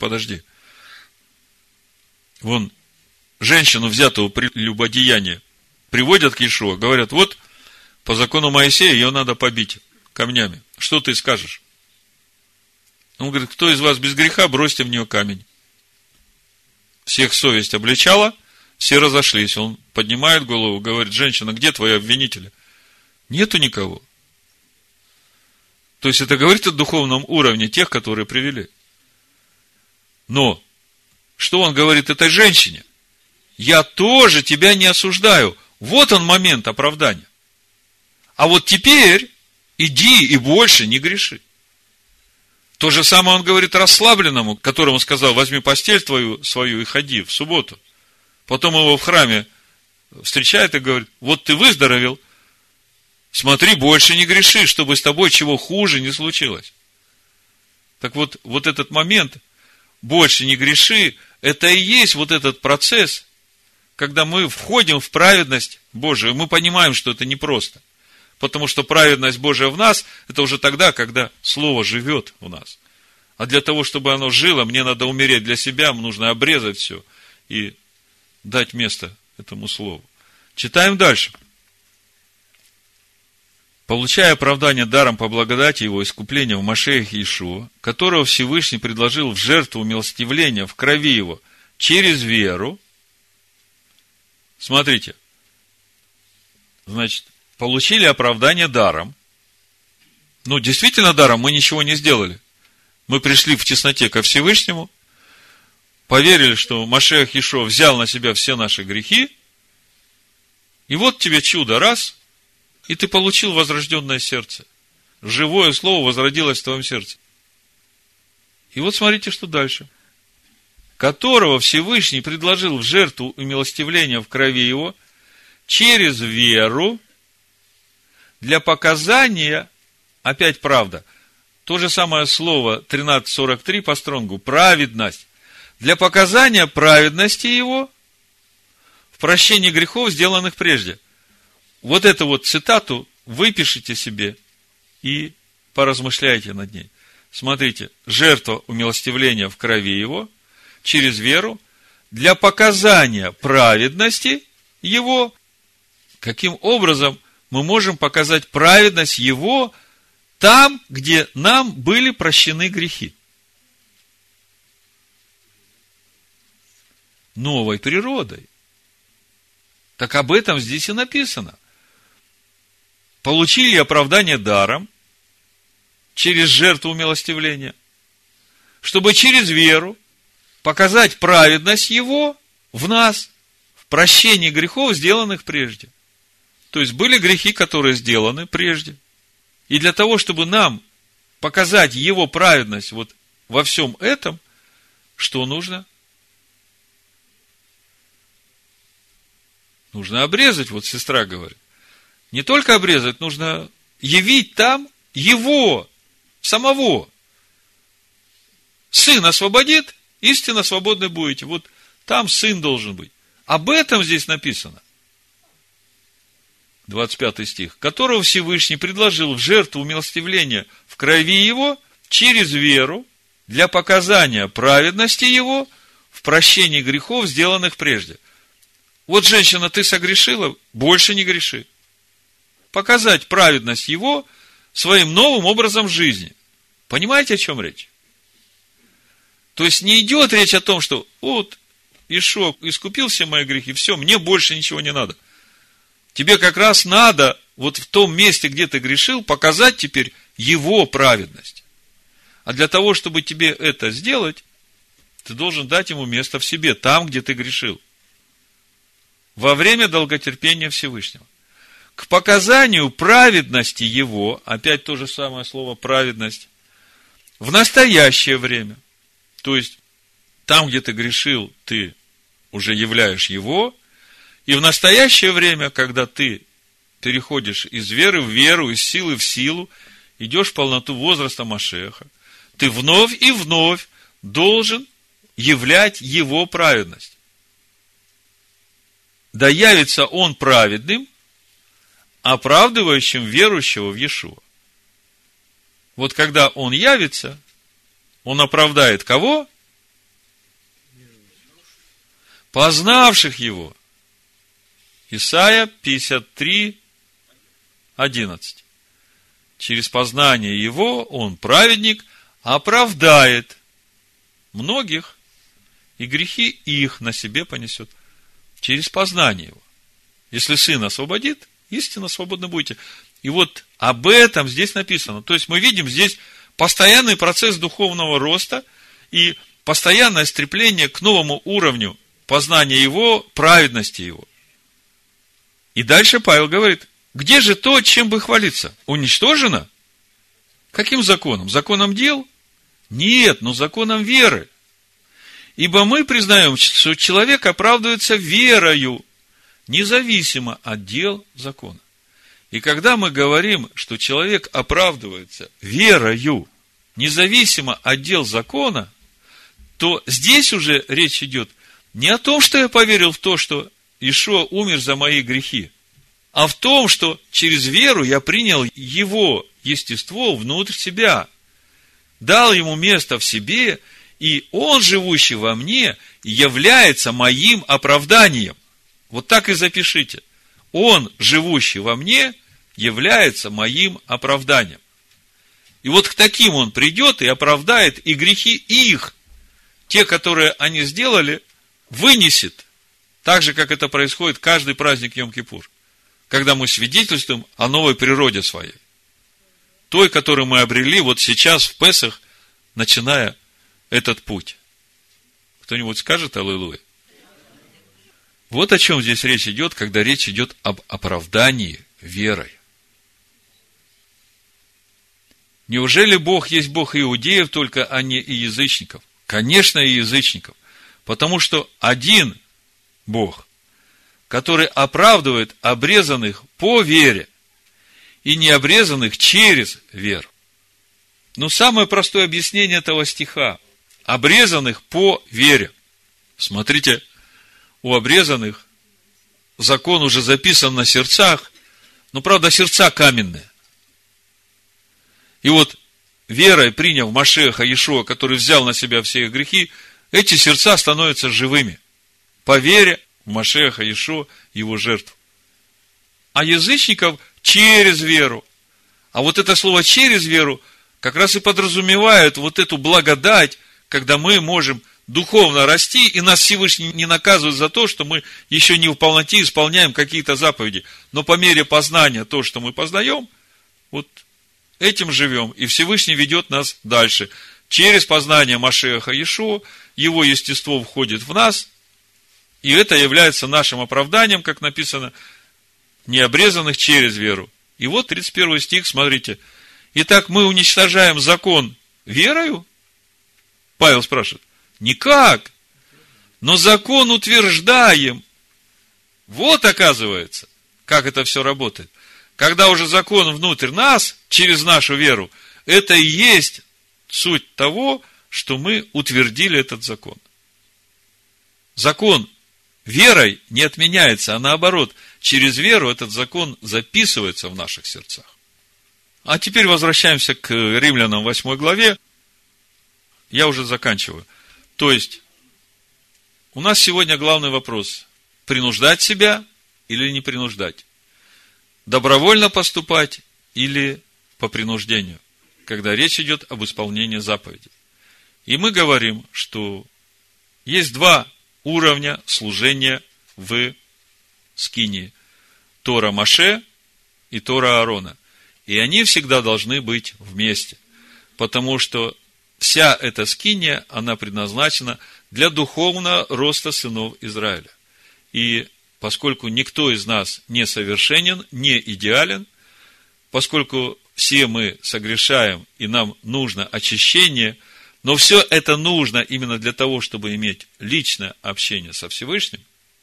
Вон, женщину, взятую при прелюбодеянии, приводят к Иешуа, говорят, вот, по закону Моисея ее надо побить камнями. Что ты скажешь? Он говорит, кто из вас без греха, бросьте в нее камень. Всех совесть обличала, все разошлись. Он поднимает голову, говорит, женщина, где твои обвинители? Нету никого. То есть, это говорит о духовном уровне тех, которые привели. Но, что он говорит этой женщине? Я тоже тебя не осуждаю. Вот он момент оправдания. А вот теперь иди и больше не греши. То же самое он говорит расслабленному, которому сказал, возьми постель твою свою и ходи в субботу. Потом его в храме встречает и говорит, вот ты выздоровел, смотри, больше не греши, чтобы с тобой чего хуже не случилось. Так вот этот момент, больше не греши, это и есть вот этот процесс, когда мы входим в праведность Божию, мы понимаем, что это непросто. Потому что праведность Божия в нас, это уже тогда, когда Слово живет в нас. А для того, чтобы оно жило, мне надо умереть для себя, мне нужно обрезать все и дать место этому Слову. Читаем дальше. Получая оправдание даром по благодати его искупления в Машиахе Иешуа, которого Всевышний предложил в жертву умилостивления в крови его через веру. Смотрите. Значит, получили оправдание даром. Ну, действительно даром, мы ничего не сделали. Мы пришли в тесноте ко Всевышнему, поверили, что Машиах Иешуа взял на себя все наши грехи, и вот тебе чудо, раз, и ты получил возрожденное сердце. Живое слово возродилось в твоем сердце. И вот смотрите, что дальше. Которого Всевышний предложил в жертву умилостивления в крови его через веру для показания, опять правда, то же самое слово 13:43 по Стронгу, праведность, для показания праведности его в прощении грехов, сделанных прежде. Вот эту вот цитату выпишите себе и поразмышляйте над ней. Смотрите, жертва умилостивления в крови его через веру для показания праведности его. Каким образом мы можем показать праведность его там, где нам были прощены грехи? Новой природой. Так об этом здесь и написано. Получили оправдание даром через жертву умилостивления, чтобы через веру показать праведность его в нас, в прощении грехов, сделанных прежде. То есть, были грехи, которые сделаны прежде. И для того, чтобы нам показать его праведность вот во всем этом, что нужно? Нужно обрезать, вот сестра говорит. Не только обрезать, нужно явить там его, самого. Сын освободит, истинно свободны будете. Вот там сын должен быть. Об этом здесь написано. 25 стих. Которого Всевышний предложил в жертву умилостивления в крови его через веру для показания праведности его в прощении грехов, сделанных прежде. Вот, женщина, ты согрешила, больше не греши. Показать праведность его своим новым образом жизни. Понимаете, о чем речь? То есть, не идет речь о том, что вот Иешуа искупил все мои грехи, все, мне больше ничего не надо. Тебе как раз надо вот в том месте, где ты грешил, показать теперь его праведность. А для того, чтобы тебе это сделать, Ты должен дать ему место в себе, там, где ты грешил. Во время долготерпения Всевышнего. К показанию праведности его, опять то же самое слово праведность, в настоящее время. То есть, там, где ты грешил, ты уже являешь его. И в настоящее время, когда ты переходишь из веры в веру, из силы в силу, идешь в полноту возраста Машеха, ты вновь и вновь должен являть его праведность. Да явится он праведным, оправдывающим верующего в Иешуа. Вот когда он явится, он оправдает кого? Познавших его. Исайя 53, 11. Через познание его он, праведник, оправдает многих, и грехи их на себе понесет через познание его. Если Сын освободит, истинно свободны будете. И вот об этом здесь написано. То есть мы видим здесь постоянный процесс духовного роста и постоянное стремление к новому уровню познания его, праведности его. И дальше Павел говорит, где же то, чем бы хвалиться? Уничтожено? Каким законом? Законом дел? Нет, но законом веры. Ибо мы признаем, что человек оправдывается верою, независимо от дел закона. И когда мы говорим, что человек оправдывается верою, независимо от дел закона, то здесь уже речь идет не о том, что я поверил в то, что Иешуа умер за мои грехи, а в том, что через веру я принял его естество внутрь себя, дал ему место в себе, и он, живущий во мне, является моим оправданием. Вот так и запишите. Он, живущий во мне, является моим оправданием. И вот к таким он придет и оправдает и грехи их, те, которые они сделали, вынесет, так же, как это происходит каждый праздник Йом-Кипур, когда мы свидетельствуем о новой природе своей, той, которую мы обрели вот сейчас в Песах, начиная этот путь. Кто-нибудь скажет аллилуйя? Вот о чем здесь речь идет, когда речь идет об оправдании верой. Неужели Бог есть Бог иудеев только, а не и язычников? Конечно, и язычников. Потому что один Бог, который оправдывает обрезанных по вере и необрезанных через веру. Но самое простое объяснение этого стиха: обрезанных по вере. Смотрите, у обрезанных закон уже записан на сердцах, но, правда, сердца каменные. И вот, верой приняв Машеха Иешуа, который взял на себя все их грехи, эти сердца становятся живыми. По вере в Машеха Иешуа, его жертву. А язычников через веру. А вот это слово «через веру» как раз и подразумевает вот эту благодать, когда мы можем духовно расти, и нас Всевышний не наказывает за то, что мы еще не в полноте исполняем какие-то заповеди. Но по мере познания то, что мы познаем, вот этим живем, и Всевышний ведет нас дальше. Через познание Машеха Иешуа, его естество входит в нас, и это является нашим оправданием, как написано, необрезанных через веру. И вот 31 стих, смотрите. Итак, мы уничтожаем закон верою? Павел спрашивает. Никак. Но закон утверждаем. Вот оказывается, как это все работает. Когда уже закон внутрь нас, через нашу веру, это и есть суть того, что мы утвердили этот закон. Закон верой не отменяется, а наоборот, через веру этот закон записывается в наших сердцах. А теперь возвращаемся к Римлянам 8 главе. Я уже заканчиваю. То есть, у нас сегодня главный вопрос: принуждать себя или не принуждать? Добровольно поступать или по принуждению, когда речь идет об исполнении заповедей. И мы говорим, что есть два уровня служения в скинии: Тора Моше и Тора Аарона. И они всегда должны быть вместе, потому что вся эта скиния, она предназначена для духовного роста сынов Израиля. И поскольку никто из нас не совершенен, не идеален, поскольку все мы согрешаем, и нам нужно очищение, но все это нужно именно для того, чтобы иметь личное общение со Всевышним,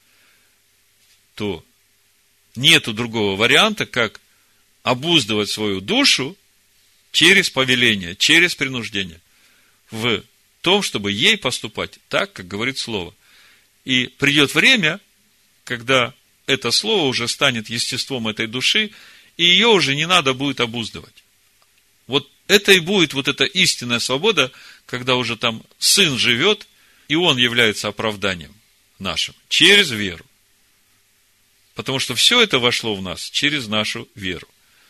то нету другого варианта, как обуздывать свою душу через повеление, через принуждение, в том, чтобы ей поступать так, как говорит Слово. И придет время, когда это Слово уже станет естеством этой души, и ее уже не надо будет обуздывать. Вот это и будет вот эта истинная свобода, когда уже там Сын живет, и Он является оправданием нашим через веру. Потому что все это вошло в нас через нашу веру.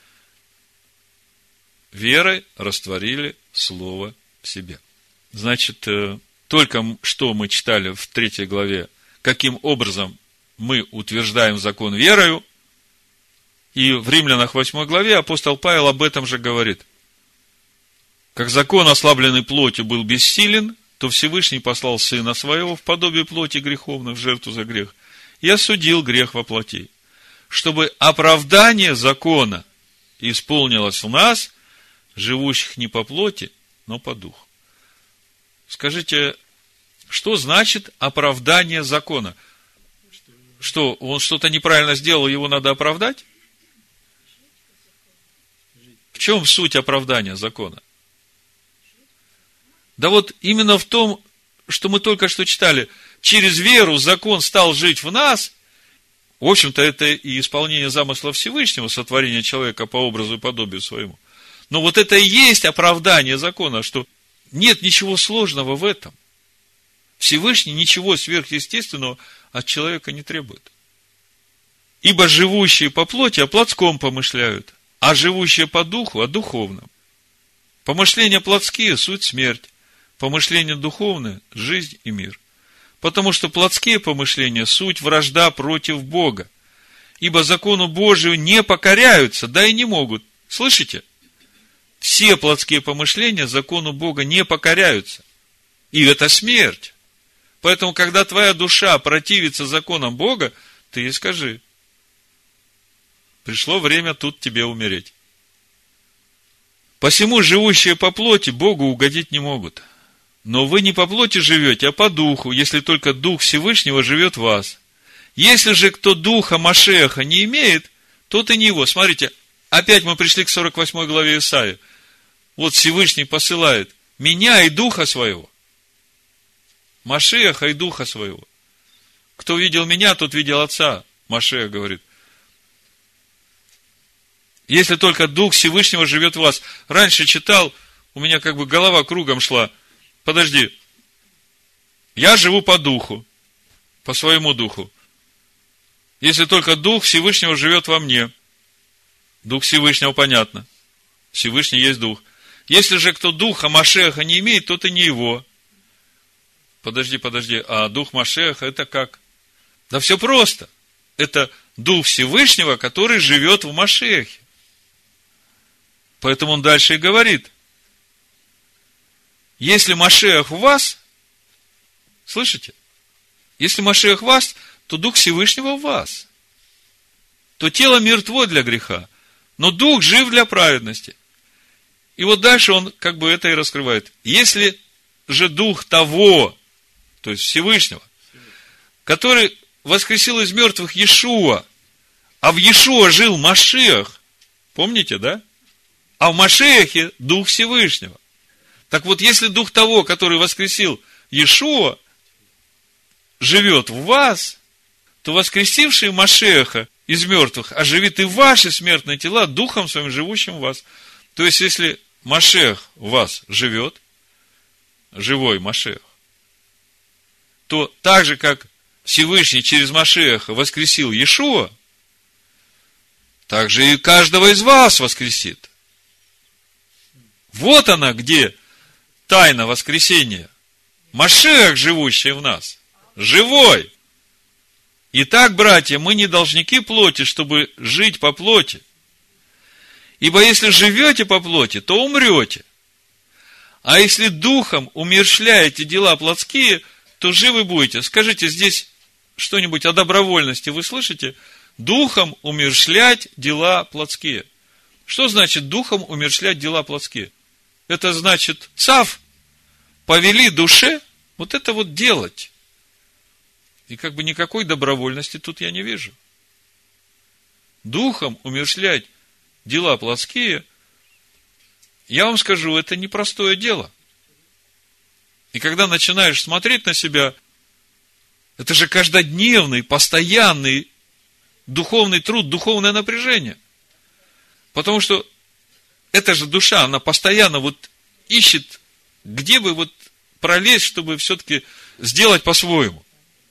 Верой растворили Слово в себе. Значит, только что мы читали в 3 главе, каким образом мы утверждаем закон верою, и в Римлянах 8 главе апостол Павел об этом же говорит. Как закон, ослабленный плотью, был бессилен, то Всевышний послал Сына Своего в подобие плоти греховной в жертву за грех, и осудил грех во плоти, чтобы оправдание закона исполнилось в нас, живущих не по плоти, но по духу. Скажите, что значит оправдание закона? Что, он что-то неправильно сделал, его надо оправдать? В чем суть оправдания закона? Да вот именно в том, что мы только что читали. Через веру закон стал жить в нас. В общем-то, это и исполнение замысла Всевышнего, сотворение человека по образу и подобию своему. Но вот это и есть оправдание закона, что нет ничего сложного в этом. Всевышний ничего сверхъестественного от человека не требует. Ибо живущие по плоти о плотском помышляют, а живущие по духу о духовном. Помышления плотские – суть смерть, помышления духовные – жизнь и мир. Потому что плотские помышления – суть вражда против Бога. Ибо закону Божию не покоряются, да и не могут. Слышите? Все плотские помышления закону Бога не покоряются. И это смерть. Поэтому, когда твоя душа противится законам Бога, ты ей скажи: пришло время тут тебе умереть. Посему живущие по плоти Богу угодить не могут. Но вы не по плоти живете, а по духу, если только Дух Всевышнего живет в вас. Если же кто Духа Машеха не имеет, тот и не его. Смотрите, опять мы пришли к 48 главе Исаии. Вот Всевышний посылает меня и Духа Своего. Машеха и Духа Своего. Кто видел меня, тот видел Отца. Машех говорит. Если только Дух Всевышнего живет в вас. Раньше читал, у меня как бы голова кругом шла. Подожди. Я живу по духу. По своему духу. Если только Дух Всевышнего живет во мне. Дух Всевышнего понятно. Всевышний есть Дух. Если же кто Духа Машеха не имеет, тот и не его. Подожди. А Дух Машеха это как? Да все просто. Это Дух Всевышнего, который живет в Машехе. Поэтому он дальше и говорит. Если Машех в вас, слышите? Если Машех в вас, то Дух Всевышнего в вас. То тело мертво для греха, но Дух жив для праведности. И вот дальше он как бы это и раскрывает. Если же Дух того, то есть Всевышнего, который воскресил из мертвых Иешуа, а в Иешуа жил Машиах, помните, да? А в Машиахе Дух Всевышнего. Так вот, если Дух того, который воскресил Иешуа, живет в вас, то воскресивший Машиаха из мертвых оживит и ваши смертные тела Духом Своим, живущим в вас. То есть, если Машиах в вас живет, живой Машиах, то так же, как Всевышний через Машиаха воскресил Иешуа, так же и каждого из вас воскресит. Вот она где тайна воскресения. Машиах, живущий в нас, живой. Итак, братья, мы не должники плоти, чтобы жить по плоти. Ибо если живете по плоти, то умрете. А если духом умерщвляете дела плотские, то живы будете. Скажите, здесь что-нибудь о добровольности вы слышите? Духом умерщвлять дела плотские. Что значит духом умерщвлять дела плотские? Это значит, цав повели душе вот это вот делать. И как бы никакой добровольности тут я не вижу. Духом умерщвлять дела плотские, я вам скажу, это непростое дело. И когда начинаешь смотреть на себя, это же каждодневный, постоянный духовный труд, духовное напряжение. Потому что эта же душа, она постоянно вот ищет, где бы вот пролезть, чтобы все-таки сделать по-своему.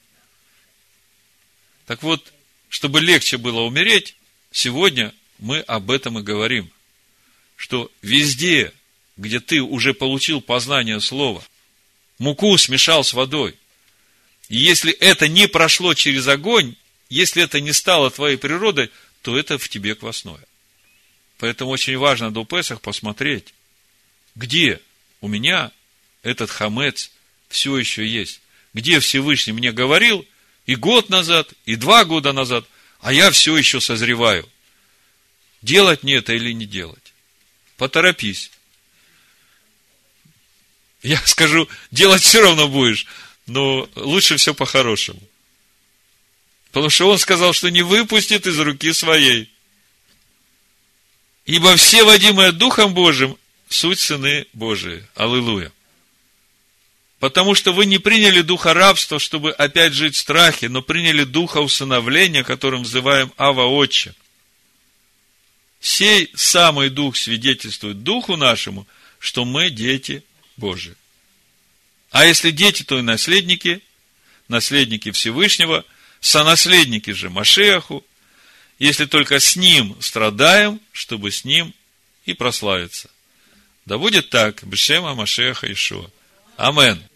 Так вот, чтобы легче было умереть, сегодня мы об этом и говорим. Что везде, где ты уже получил познание слова, муку смешал с водой, и если это не прошло через огонь, если это не стало твоей природой, то это в тебе квасное. Поэтому очень важно до Песах посмотреть, где у меня этот хамец все еще есть. Где Всевышний мне говорил и год назад, и 2 года назад, а я все еще созреваю. Делать мне это или не делать? Поторопись. Я скажу, делать все равно будешь, но лучше все по-хорошему. Потому что он сказал, что не выпустит из руки своей. Ибо все, водимые Духом Божиим, суть сыны Божии. Аллилуйя. Потому что вы не приняли духа рабства, чтобы опять жить в страхе, но приняли духа усыновления, которым взываем Ава Отче. Сей самый Дух свидетельствует Духу нашему, что мы дети Божии. А если дети, то и наследники, наследники Всевышнего, сонаследники же Машиаху, если только с Ним страдаем, чтобы с Ним и прославиться. Да будет так, бешема Машиаха Иешуа. Амен.